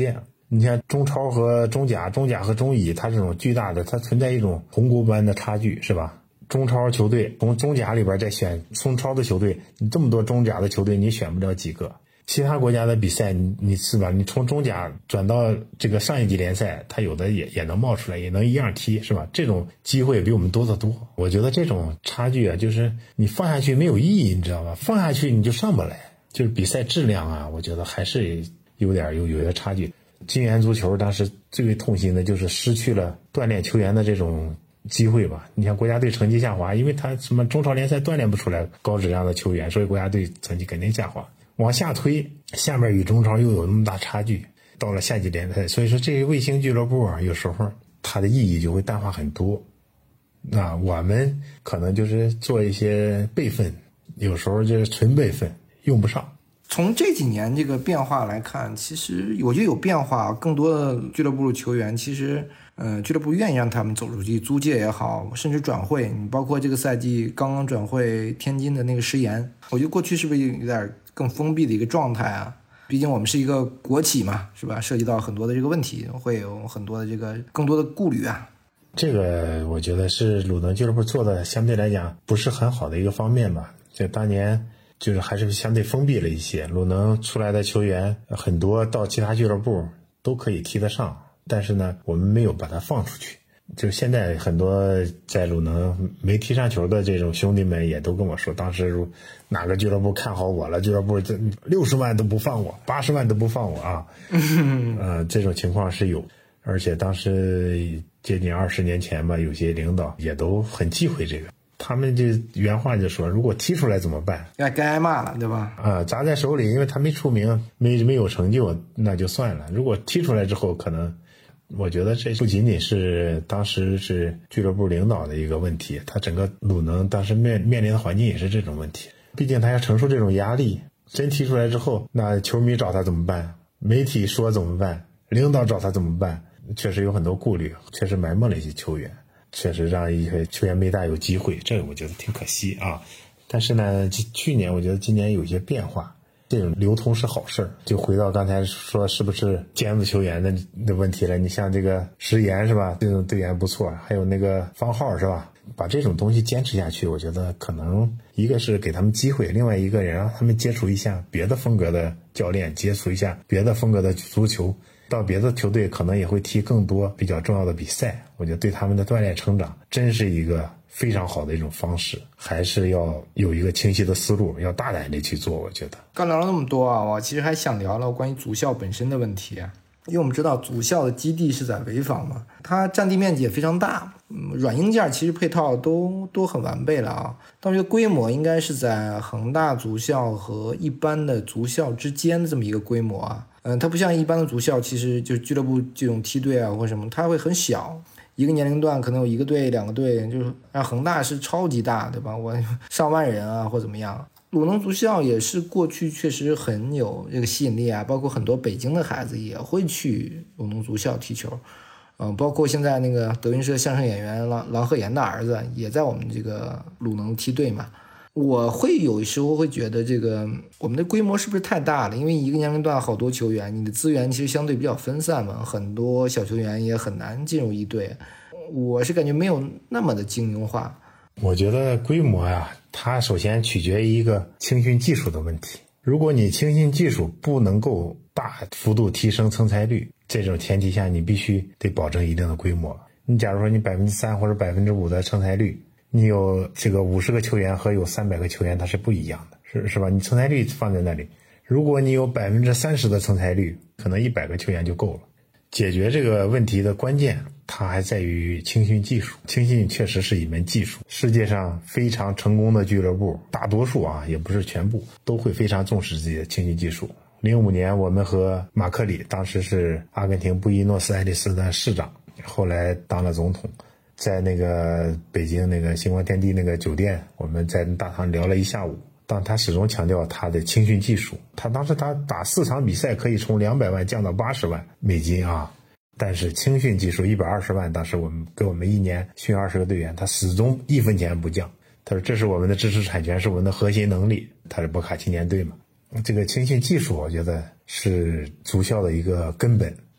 你看中超和中甲，中甲和中乙，它这种巨大的，它存在一种鸿沟般的差距，是吧？中超球队从中甲里边再选中超的球队，你这么多中甲的球队，你选不了几个。其他国家的比赛，你是吧？你从中甲转到这个上一级联赛，它有的也能冒出来，也能一样踢，是吧？这种机会比我们多得多。我觉得这种差距啊，就是你放下去没有意义，你知道吧？放下去你就上不来，就是比赛质量啊，我觉得还是有点差距。金元足球当时最为痛心的就是失去了锻炼球员的这种机会吧。你像国家队成绩下滑，因为他什么中超联赛锻炼不出来高质量的球员，所以国家队成绩肯定下滑。往下推，下面与中超又有那么大差距，到了下级联赛，所以说这些卫星俱乐部啊，有时候它的意义就会淡化很多。那我们可能就是做一些备份，有时候就是纯备份，用不上。 从这几年这个变化来看，其实我觉得有变化，更多的俱乐部球员其实俱乐部愿意让他们走出去租借也好，甚至转会。你包括这个赛季刚刚转会天津的那个石岩，我觉得过去是不是有点更封闭的一个状态啊？毕竟我们是一个国企嘛，是吧？涉及到很多的这个问题，会有很多的这个更多的顾虑啊。 这个我觉得是鲁能俱乐部做的相对来讲不是很好的一个方面吧。就当年就是还是相对封闭了一些，鲁能出来的球员很多到其他俱乐部都可以踢得上，但是呢我们没有把它放出去。就现在很多在鲁能没踢上球的这种兄弟们也都跟我说，当时哪个俱乐部看好我了，俱乐部60万都不放我，80万都不放我啊。这种情况是有，而且当时接近20年前吧，有些领导也都很忌讳这个，他们就原话就说，如果踢出来怎么办？ 该挨骂了，对吧？ 砸在手里，因为他没出名，没有成就，那就算了。如果踢出来之后，可能我觉得这不仅仅是当时是俱乐部领导的一个问题，他整个鲁能当时面临的环境也是这种问题。毕竟他要承受这种压力，真踢出来之后，那球迷找他怎么办？媒体说怎么办？领导找他怎么办？确实有很多顾虑，确实埋没了一些球员，确实让一些球员没大有机会，这个我觉得挺可惜啊。但是呢，去年我觉得今年有一些变化，这种流通是好事儿。就回到刚才说是不是尖子球员的问题了，你像这个石岩是吧，这种队员不错，还有那个方浩是吧，把这种东西坚持下去，我觉得可能一个是给他们机会，另外一个也让他们接触一下别的风格的教练，接触一下别的风格的足球，到别的球队可能也会踢更多比较重要的比赛。我觉得对他们的锻炼成长真是一个非常好的一种方式，还是要有一个清晰的思路，要大胆地去做。我觉得刚聊了那么多啊，我其实还想聊聊关于足校本身的问题啊。因为我们知道足校的基地是在潍坊嘛，它占地面积也非常大，软硬件其实配套都很完备了啊。但这个规模应该是在恒大足校和一般的足校之间的这么一个规模啊。它不像一般的足校，其实就是俱乐部这种梯队啊或什么，它会很小，一个年龄段可能有1个队2个队，就是让恒大是超级大，对吧？我上万人啊或怎么样。鲁能足校也是过去确实很有这个吸引力啊，包括很多北京的孩子也会去鲁能足校踢球，包括现在那个德云社相声演员郎鹤炎的儿子也在我们这个鲁能梯队嘛。我会有时候会觉得这个我们的规模是不是太大了？因为一个年龄段好多球员，你的资源其实相对比较分散嘛，很多小球员也很难进入一队。我是感觉没有那么的精英化。 我觉得规模呀，它首先取决于一个青训技术的问题。如果你青训技术不能够大幅度提升成才率，这种前提下你必须得保证一定的规模。你假如说你 3% 或者 5% 的成才率，你有这个50个球员和有300个球员它是不一样的，是吧？你成才率放在那里，如果你有 30% 的成才率，可能100个球员就够了。解决这个问题的关键它还在于青训技术。青训确实是一门技术，世界上非常成功的俱乐部大多数啊，也不是全部，都会非常重视自己的青训技术。05年我们和马克里，当时是阿根廷布宜诺斯艾利斯的市长，后来当了总统，在那个北京那个星光天地那个酒店，我们在大堂聊了一下午，但他始终强调他的青训技术。他当时他打4场比赛可以从200万降到80万美金啊，但是青训技术120万，当时我们给我们1年训20个队员，他始终1分钱不降。他说这是我们的知识产权，是我们的核心能力。他是博卡青年队嘛，这个青训技术我觉得是足校的一个根本。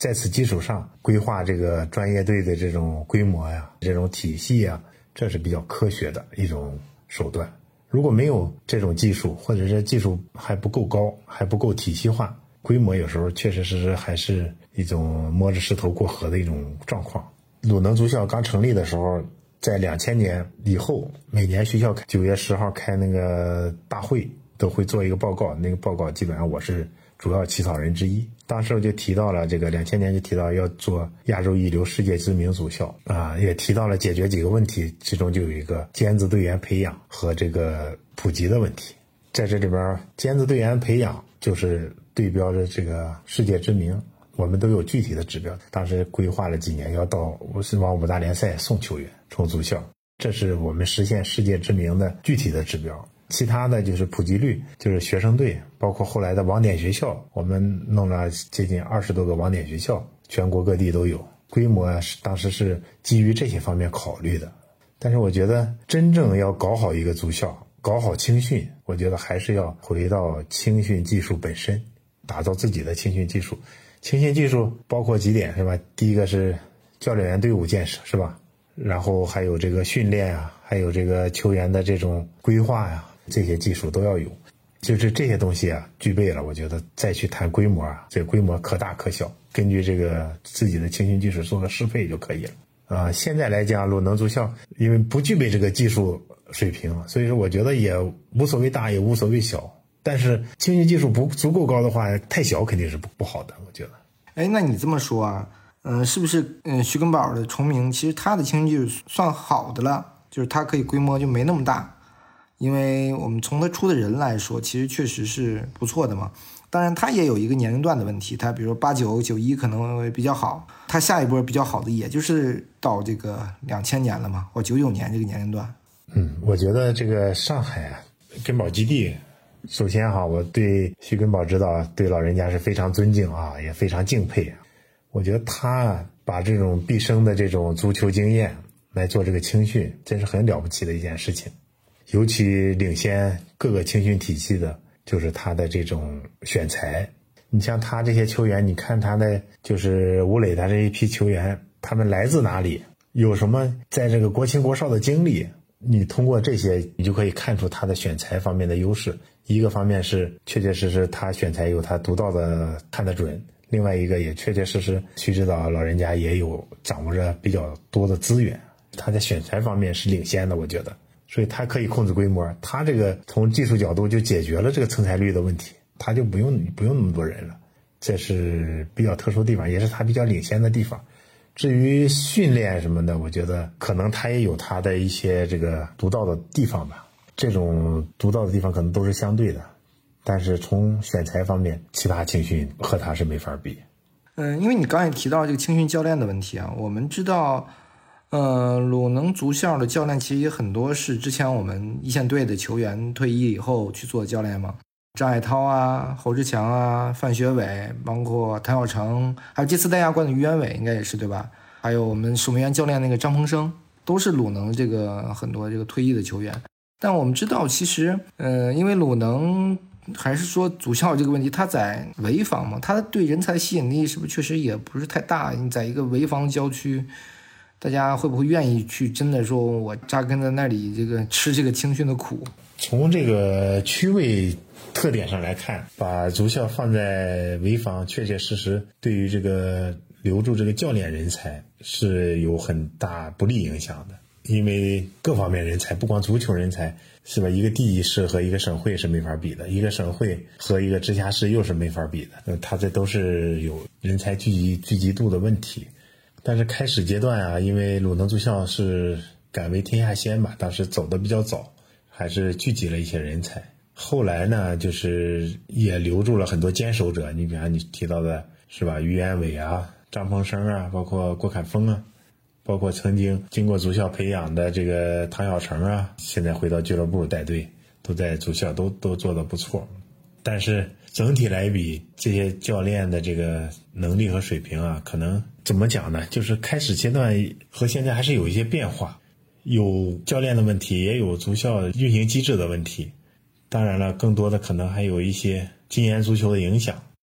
在此基础上规划这个专业队的这种规模呀、这种体系呀，这是比较科学的一种手段。如果没有这种技术，或者是技术还不够高，还不够体系化，规模有时候确实是还是一种摸着石头过河的一种状况。鲁能足校刚成立的时候，在2000年以后，每年学校9月10号开那个大会，都会做一个报告，那个报告基本上我是主要起草人之一。当时我就提到了这个2000年就提到要做亚洲一流世界知名足校啊，也提到了解决几个问题，其中就有一个尖子队员培养和这个普及的问题。在这里边，尖子队员培养就是对标着这个世界知名，我们都有具体的指标。当时规划了几年，要往5大联赛送球员，冲足校，这是我们实现世界知名的具体的指标。其他的就是普及率，就是学生队，包括后来的网点学校，我们弄了接近20多个网点学校，全国各地都有。规模当时是基于这些方面考虑的。但是我觉得真正要搞好一个足校，搞好青训，我觉得还是要回到青训技术本身，打造自己的青训技术。青训技术包括几点是吧？第一个是教练员队伍建设是吧？然后还有这个训练啊，还有这个球员的这种规划呀，这些技术都要有。就是这些东西啊具备了，我觉得再去谈规模啊，这个规模可大可小，根据这个自己的青训技术做个适配就可以了。现在来讲，鲁能足校因为不具备这个技术水平，所以说我觉得也无所谓大也无所谓小，但是青训技术不足够高的话，太小肯定是不好的，我觉得。 那你这么说啊，是不是徐根宝的崇明其实他的青训技术算好的了，就是他可以规模就没那么大，因为我们从他出的人来说其实确实是不错的嘛。当然他也有一个年龄段的问题，他比如说89、91可能会比较好，他下一波比较好的也就是到这个2000年了嘛，或99年这个年龄段。 我觉得这个上海啊根宝基地，首先哈，我对徐根宝指导对老人家是非常尊敬啊，也非常敬佩。我觉得他把这种毕生的这种足球经验来做这个青训，真是很了不起的一件事情。尤其领先各个青训体系的就是他的这种选材。你像他这些球员，你看他的就是吴磊他这一批球员，他们来自哪里，有什么在这个国青国少的经历，你通过这些你就可以看出他的选材方面的优势。一个方面是确确实实他选材有他独到的看得准，另外一个也确确实实徐指导老人家也有掌握着比较多的资源，他在选材方面是领先的，我觉得。所以他可以控制规模，他这个从技术角度就解决了这个成才率的问题，他就不用那么多人了，这是比较特殊的地方，也是他比较领先的地方。至于训练什么的，我觉得可能他也有他的一些这个独到的地方吧，这种独到的地方可能都是相对的，但是从选材方面，其他青训和他是没法比。 因为你刚才也提到这个青训教练的问题啊，我们知道鲁能足校的教练其实也很多是之前我们一线队的球员退役以后去做教练嘛，张海涛啊、侯志强啊、范学伟，包括谭小成，还有这次带亚冠的于元伟应该也是对吧？还有我们守门员教练那个张鹏生，都是鲁能这个很多这个退役的球员。但我们知道其实因为鲁能还是说足校这个问题，他在潍坊嘛，他对人才吸引力是不是确实也不是太大？你在一个潍坊郊区，大家会不会愿意去真的说我扎根在那里这个吃这个青训的苦？ 从这个区位特点上来看，把足校放在潍坊确确实实对于这个留住这个教练人才是有很大不利影响的。因为各方面人才，不光足球人才是吧，一个地级市和一个省会是没法比的，一个省会和一个直辖市又是没法比的，它这都是有人才聚集度的问题。但是开始阶段啊，因为鲁能足校是敢为天下先吧，当时走的比较早，还是聚集了一些人才。后来呢，就是也留住了很多坚守者，你比方你提到的是吧，于元伟啊、张鹏生啊，包括郭凯峰啊，包括曾经经过足校培养的这个唐小成啊，现在回到俱乐部带队，都在足校都做得不错。但是整体来比，这些教练的这个能力和水平啊，可能怎么讲呢，就是开始阶段和现在还是有一些变化，有教练的问题，也有足校运行机制的问题，当然了更多的可能还有一些禁言足球的影响。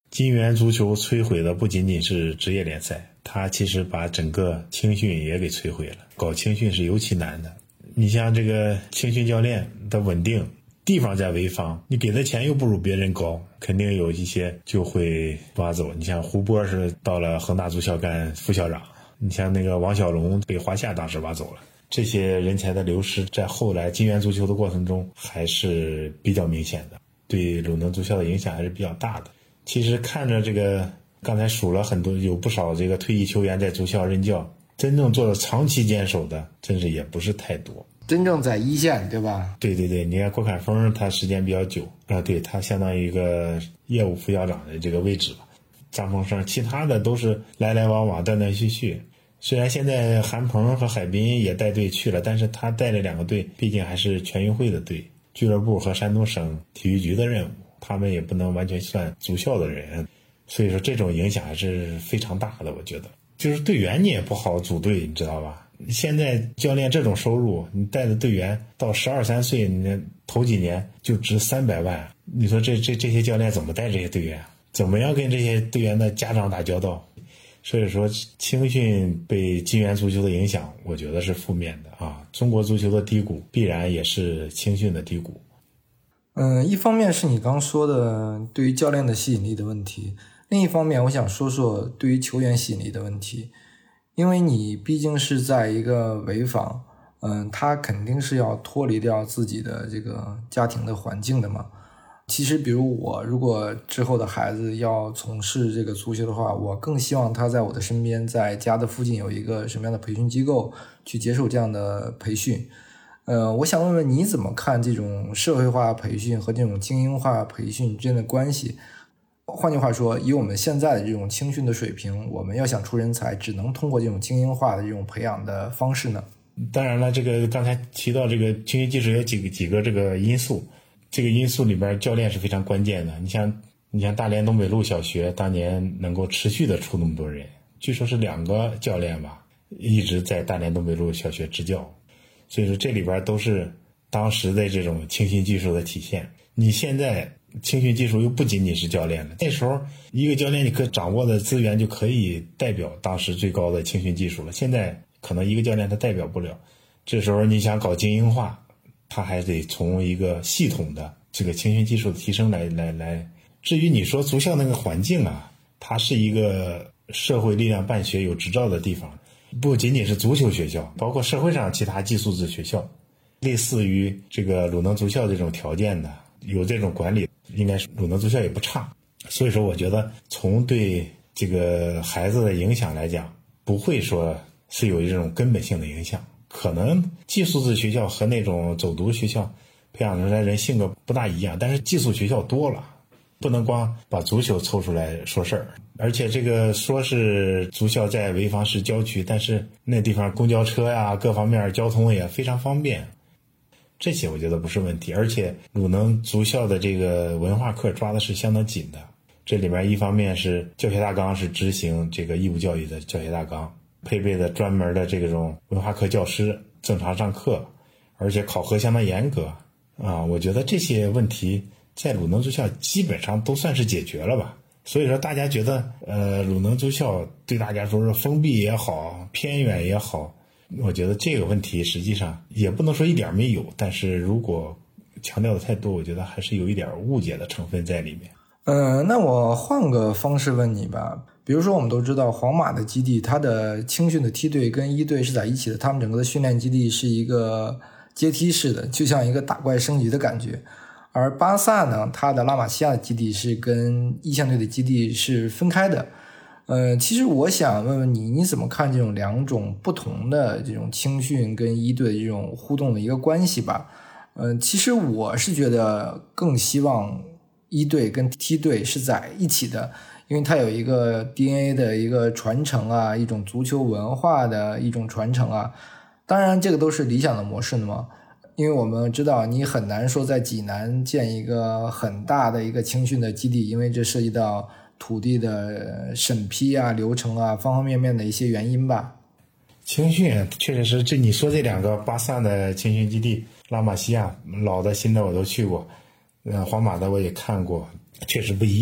金元足球摧毁的不仅仅是职业联赛，它其实把整个青训也给摧毁了。搞青训是尤其难的。你像这个青训教练的稳定，地方在潍坊，你给的钱又不如别人高，肯定有一些就会挖走。你像胡波是到了恒大足校干副校长，你像那个王小龙被华夏当时挖走了。这些人才的流失在后来金元足球的过程中还是比较明显的，对鲁能足校的影响还是比较大的。其实看着这个刚才数了很多，有不少这个退役球员在足校任教，真正做了长期坚守的真是也不是太多， 真正在一线，对吧？ 对，你看郭凯峰他时间比较久啊，对，他相当于一个业务副校长的这个位置吧。张鹏胜，其他的都是来来往往断断续续。虽然现在韩鹏和海滨也带队去了，但是他带了2个队毕竟还是全运会的队，俱乐部和山东省体育局的任务，他们也不能完全算足校的人，所以说这种影响还是非常大的。我觉得就是队员你也不好组队，你知道吧？现在教练这种收入，你带的队员到12、13岁，你头几年就值300万，你说这些教练怎么带这些队员？怎么样跟这些队员的家长打交道？所以说青训被金元足球的影响，我觉得是负面的啊。中国足球的低谷必然也是青训的低谷。 一方面是你刚说的对于教练的吸引力的问题，另一方面我想说说对于球员吸引力的问题。因为你毕竟是在一个潍坊，他肯定是要脱离掉自己的这个家庭的环境的嘛。其实比如我如果之后的孩子要从事这个足球的话，我更希望他在我的身边，在家的附近有一个什么样的培训机构去接受这样的培训。我想问问你怎么看这种社会化培训和这种精英化培训之间的关系？换句话说，以我们现在的这种青训的水平，我们要想出人才，只能通过这种精英化的这种培养的方式呢？ 当然了，这个刚才提到这个青训技术有几个这个因素，这个因素里边教练是非常关键的。你像大连东北路小学当年能够持续的出那么多人，据说是2个教练吧，一直在大连东北路小学执教，所以说这里边都是当时的这种青训技术的体现。你现在青训技术又不仅仅是教练了，那时候一个教练你可掌握的资源就可以代表当时最高的青训技术了，现在可能一个教练他代表不了。这时候你想搞精英化，他还得从一个系统的这个青训技术的提升来。至于你说足校那个环境啊，它是一个社会力量办学有执照的地方，不仅仅是足球学校，包括社会上其他寄宿制学校，类似于这个鲁能足校这种条件的，有这种管理，应该是鲁能足校也不差。所以说我觉得从对这个孩子的影响来讲，不会说是有这种根本性的影响。可能寄宿制学校和那种走读学校培养出来人性格不大一样，但是寄宿学校多了，不能光把足球凑出来说事儿。而且这个说是足校在潍坊市郊区，但是那地方公交车呀各方面交通也非常方便，这些我觉得不是问题。而且鲁能足校的这个文化课抓的是相当紧的，这里面一方面是教学大纲是执行这个义务教育的教学大纲，配备的专门的这种文化课教师正常上课，而且考核相当严格啊。我觉得这些问题在鲁能足校基本上都算是解决了吧。所以说大家觉得鲁能足校对大家说是封闭也好偏远也好，我觉得这个问题实际上也不能说一点没有，但是如果强调的太多，我觉得还是有一点误解的成分在里面。 那我换个方式问你吧，比如说我们都知道皇马的基地，它的青训的梯队跟一队是在一起的，他们整个的训练基地是一个阶梯式的，就像一个打怪升级的感觉。而巴萨呢，它的拉玛西亚的基地是跟意向队的基地是分开的。其实我想问问你怎么看这种2种不同的这种青训跟一队的这种互动的一个关系吧？其实我是觉得更希望一队跟梯队是在一起的，因为它有一个 DNA 的一个传承啊，一种足球文化的一种传承啊。当然这个都是理想的模式的嘛，因为我们知道你很难说在济南建一个很大的一个青训的基地，因为这涉及到土地的审批啊、流程啊方方面面的一些原因吧。 青训确实是，这你说这2个巴萨的青训基地，拉玛西亚老的新的我都去过，皇马的我也看过，确实不一样。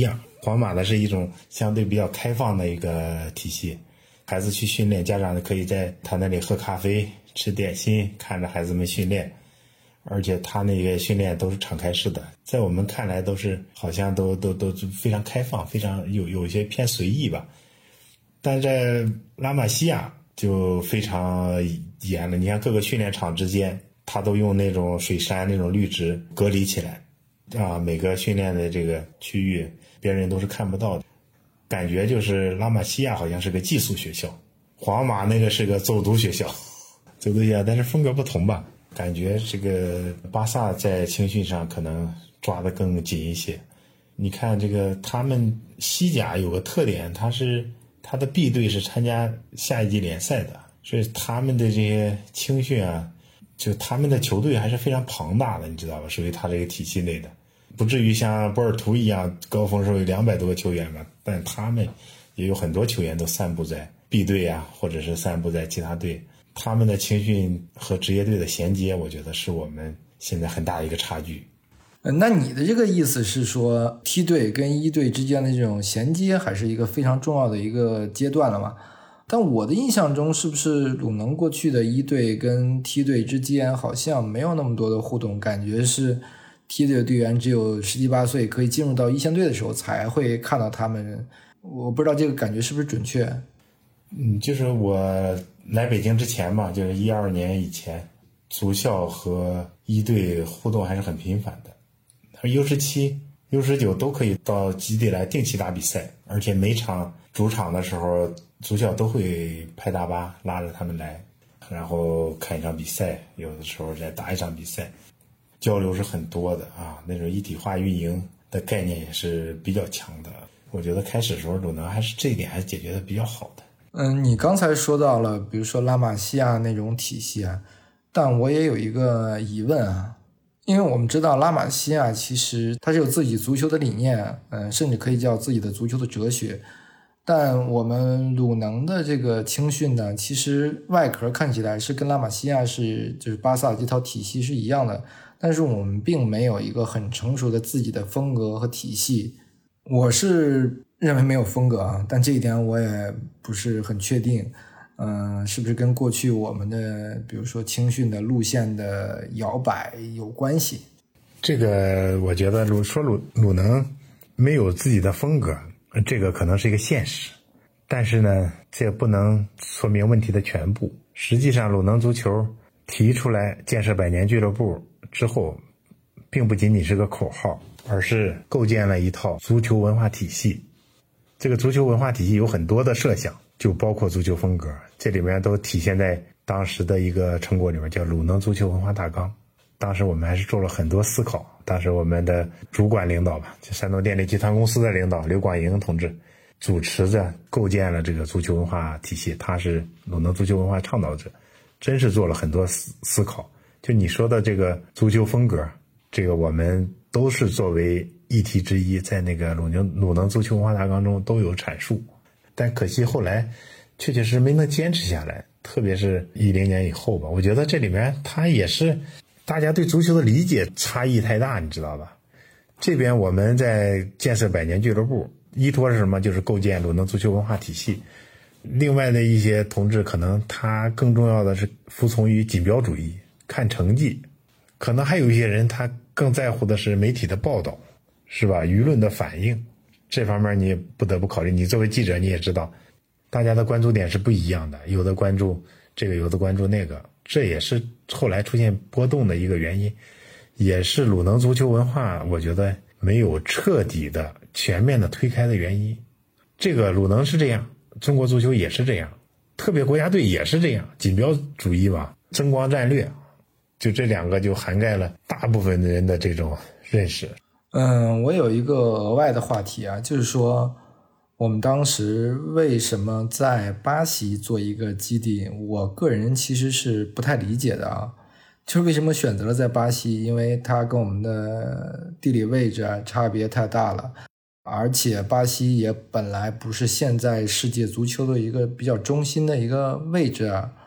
皇马的是一种相对比较开放的一个体系，孩子去训练，家长可以在他那里喝咖啡、吃点心，看着孩子们训练，而且他那个训练都是敞开式的，在我们看来都是好像都非常开放，非常有一些偏随意吧。但在拉玛西亚就非常严了，你看各个训练场之间，他都用那种水杉那种绿植隔离起来啊，每个训练的这个区域别人都是看不到的，感觉就是拉玛西亚好像是个寄宿学校，皇马那个是个走读学校，走读学校，但是风格不同吧。感觉这个巴萨在青训上可能抓得更紧一些。你看这个他们西甲有个特点，他的 B 队是参加下一级联赛的，所以他们的这些青训啊，就他们的球队还是非常庞大的，你知道吧？属于他这个体系内的，不至于像波尔图一样高峰时候有200多个球员吧，但他们也有很多球员都散布在 B 队啊，或者是散布在其他队。他们的青训和职业队的衔接，我觉得是我们现在很大的一个差距。 那你的这个意思是说，梯队跟一队之间的这种衔接还是一个非常重要的一个阶段了吗？但我的印象中，是不是鲁能过去的一队跟梯队之间好像没有那么多的互动，感觉是梯队的队员只有17、18岁可以进入到一线队的时候才会看到他们，我不知道这个感觉是不是准确。 就是我来北京之前嘛，就是12年以前，足校和一队互动还是很频繁的。U17、U19都可以到基地来定期打比赛，而且每场主场的时候，足校都会派大巴拉着他们来，然后看一场比赛，有的时候再打一场比赛，交流是很多的啊。那种一体化运营的概念也是比较强的。我觉得开始的时候鲁能还是这一点还是解决的比较好的。 你刚才说到了，比如说拉玛西亚那种体系啊，但我也有一个疑问啊，因为我们知道拉玛西亚其实它是有自己足球的理念，甚至可以叫自己的足球的哲学，但我们鲁能的这个青训呢，其实外壳看起来是跟拉玛西亚就是巴萨这套体系是一样的，但是我们并没有一个很成熟的自己的风格和体系。我是认为没有风格啊，但这一点我也不是很确定，是不是跟过去我们的比如说青训的路线的摇摆有关系？ 这个我觉得鲁能没有自己的风格，这个可能是一个现实，但是呢，这不能说明问题的全部。实际上，鲁能足球提出来建设100年俱乐部之后，并不仅仅是个口号，而是构建了一套足球文化体系。这个足球文化体系有很多的设想，就包括足球风格，这里面都体现在当时的一个成果里面，叫鲁能足球文化大纲。当时我们还是做了很多思考，当时我们的主管领导吧，就山东电力集团公司的领导刘广营同志主持着构建了这个足球文化体系，他是鲁能足球文化倡导者，真是做了很多思考。就你说的这个足球风格，这个我们都是作为议题之一，在那个鲁能足球文化大纲中都有阐述，但可惜后来确确实实没能坚持下来，特别是10年以后吧。我觉得这里面它也是大家对足球的理解差异太大，你知道吧？这边我们在建设100年俱乐部，依托是什么？就是构建鲁能足球文化体系。另外的一些同志可能他更重要的是服从于锦标主义，看成绩。可能还有一些人他更在乎的是媒体的报道，是吧？舆论的反应，这方面你也不得不考虑。你作为记者你也知道，大家的关注点是不一样的，有的关注这个，有的关注那个，这也是后来出现波动的一个原因，也是鲁能足球文化我觉得没有彻底的全面的推开的原因。这个鲁能是这样，中国足球也是这样，特别国家队也是这样，锦标主义嘛，争光战略，就这两个就涵盖了大部分人的这种认识。 我有一个额外的话题啊，就是说我们当时为什么在巴西做一个基地，我个人其实是不太理解的啊。就是为什么选择了在巴西，因为它跟我们的地理位置啊差别太大了，而且巴西也本来不是现在世界足球的一个比较中心的一个位置啊。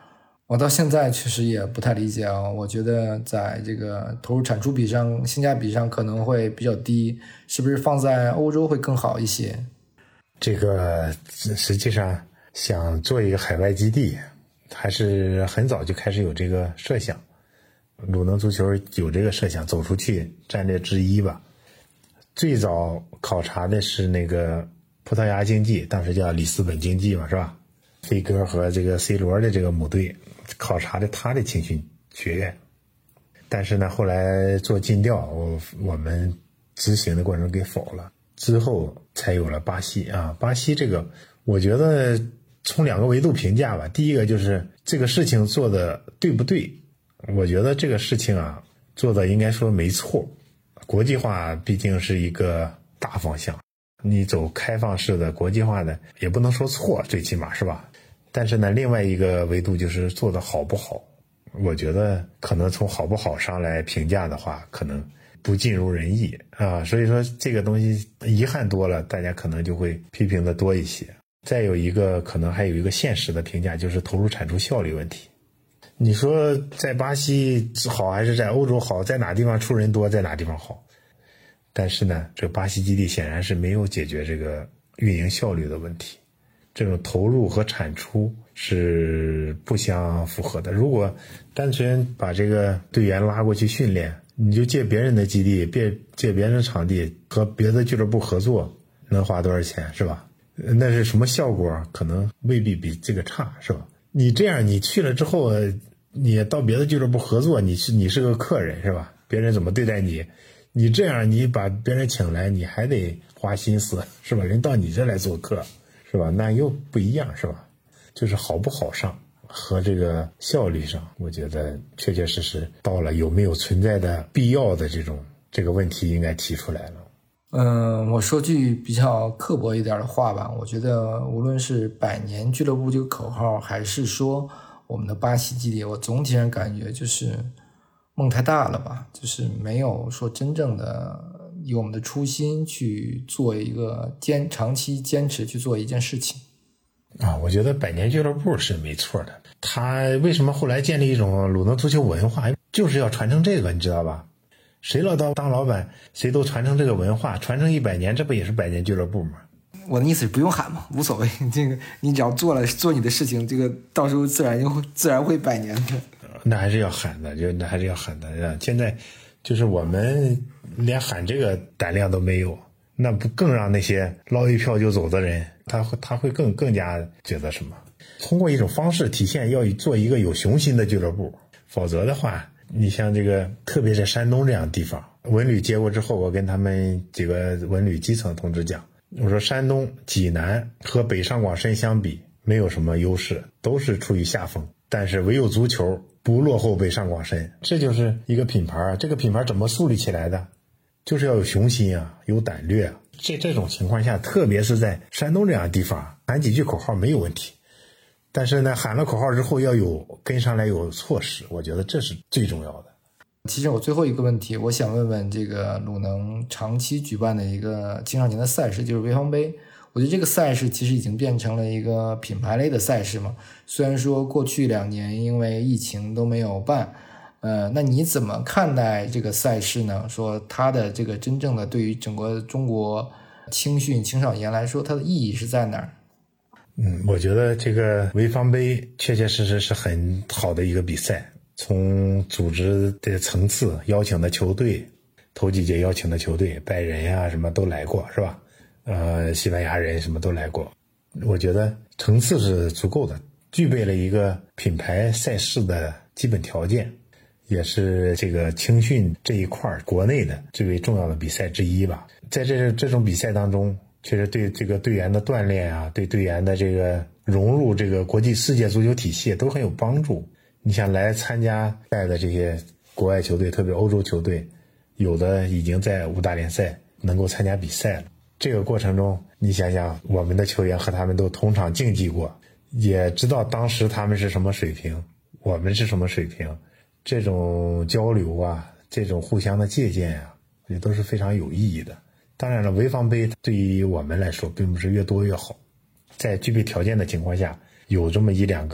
我到现在确实也不太理解啊，我觉得在这个投入产出比上性价比上可能会比较低，是不是放在欧洲会更好一些？ 这个实际上想做一个海外基地，还是很早就开始有这个设想。鲁能足球有这个设想，走出去战略之一吧。最早考察的是那个葡萄牙竞技，当时叫里斯本竞技嘛，是吧？飞哥和这个 C 罗的这个母队考察的他的青训学院，但是呢，后来做尽调，我们执行的过程给否了，之后才有了巴西啊。巴西这个，我觉得从2个维度评价吧。第一个就是这个事情做的对不对？我觉得这个事情啊，做的应该说没错。国际化毕竟是一个大方向，你走开放式的国际化的也不能说错，最起码是吧？但是呢，另外一个维度就是做的好不好。我觉得可能从好不好上来评价的话，可能不尽如人意啊。所以说这个东西遗憾多了，大家可能就会批评的多一些。再有一个可能还有一个现实的评价，就是投入产出效率问题。你说在巴西好还是在欧洲好，在哪地方出人多在哪地方好。但是呢，这个巴西基地显然是没有解决这个运营效率的问题，这种投入和产出是不相符合的。如果单纯把这个队员拉过去训练，你就借别人的基地，借别人的场地，和别的俱乐部合作，能花多少钱是吧？那是什么效果？可能未必比这个差是吧？你这样你去了之后，你到别的俱乐部合作，你是个客人是吧？别人怎么对待你？你这样你把别人请来，你还得花心思是吧？人到你这来做客是吧？那又不一样是吧？就是好不好上和这个效率上，我觉得确确实实到了有没有存在的必要的这个问题应该提出来了。 我说句比较刻薄一点的话吧，我觉得无论是100年俱乐部这个口号，还是说我们的巴西基地，我总体上感觉就是梦太大了吧，就是没有说真正的以我们的初心去做一个长期坚持去做一件事情啊。我觉得100年俱乐部是没错的，他为什么后来建立一种鲁能足球文化，就是要传承这个，你知道吧？谁当老板，谁都传承这个文化，传承100年，这不也是100年俱乐部吗？ 我的意思是不用喊嘛，无所谓，这个你只要做你的事情，这个到时候自然会100年的。 那还是要喊的，那还是要喊的。现在就是我们连喊这个胆量都没有，那不更让那些捞一票就走的人，他会更加觉得什么？通过一种方式体现，要做一个有雄心的俱乐部，否则的话。你像这个，特别是山东这样的地方，文旅接过之后，我跟他们几个文旅基层同志讲，我说山东济南和北上广深相比没有什么优势，都是处于下风，但是唯有足球不落后北上广深，这就是一个品牌。这个品牌怎么树立起来的？就是要有雄心啊，有胆略啊。这种情况下，特别是在山东这样的地方，喊几句口号没有问题。但是呢，喊了口号之后要跟上来有措施，我觉得这是最重要的。 其实我最后一个问题，我想问问这个鲁能长期举办的一个青少年的赛事，就是潍坊杯。我觉得这个赛事其实已经变成了一个品牌类的赛事嘛。虽然说过去2年因为疫情都没有办，那你怎么看待这个赛事呢？说它的这个真正的对于整个中国青训青少年来说，它的意义是在哪儿？ 我觉得这个潍坊杯确确实实是很好的一个比赛，从组织的层次，邀请的球队，头几届邀请的球队，拜仁呀什么都来过，是吧？西班牙人什么都来过，我觉得层次是足够的，具备了一个品牌赛事的基本条件，也是这个青训这一块国内的最为重要的比赛之一吧。在这种比赛当中，确实对这个队员的锻炼啊，对队员的这个融入这个国际世界足球体系都很有帮助。你想来参加赛的这些国外球队，特别欧洲球队，有的已经在5大联赛能够参加比赛了。这个过程中，你想想，我们的球员和他们都同场竞技过，也知道当时他们是什么水平，我们是什么水平。这种交流啊，这种互相的借鉴啊，也都是非常有意义的。当然了，潍坊杯对于我们来说并不是越多越好，在具备条件的情况下，有这么1-2个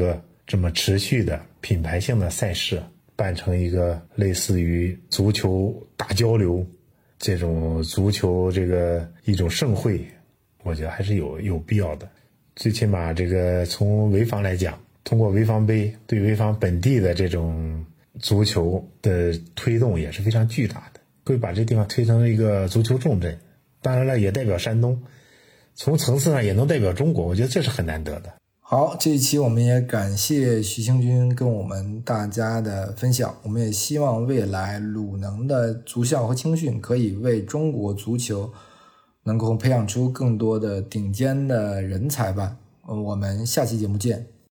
这么持续的品牌性的赛事，办成一个类似于足球大交流这种足球这个一种盛会，我觉得还是有必要的。最起码这个从潍坊来讲，通过潍坊杯对潍坊本地的这种足球的推动也是非常巨大的，会把这地方推成一个足球重镇。当然了，也代表山东，从层次上也能代表中国，我觉得这是很难得的。 好，这一期我们也感谢徐星军跟我们大家的分享，我们也希望未来鲁能的足校和青训可以为中国足球能够培养出更多的顶尖的人才吧。我们下期节目见。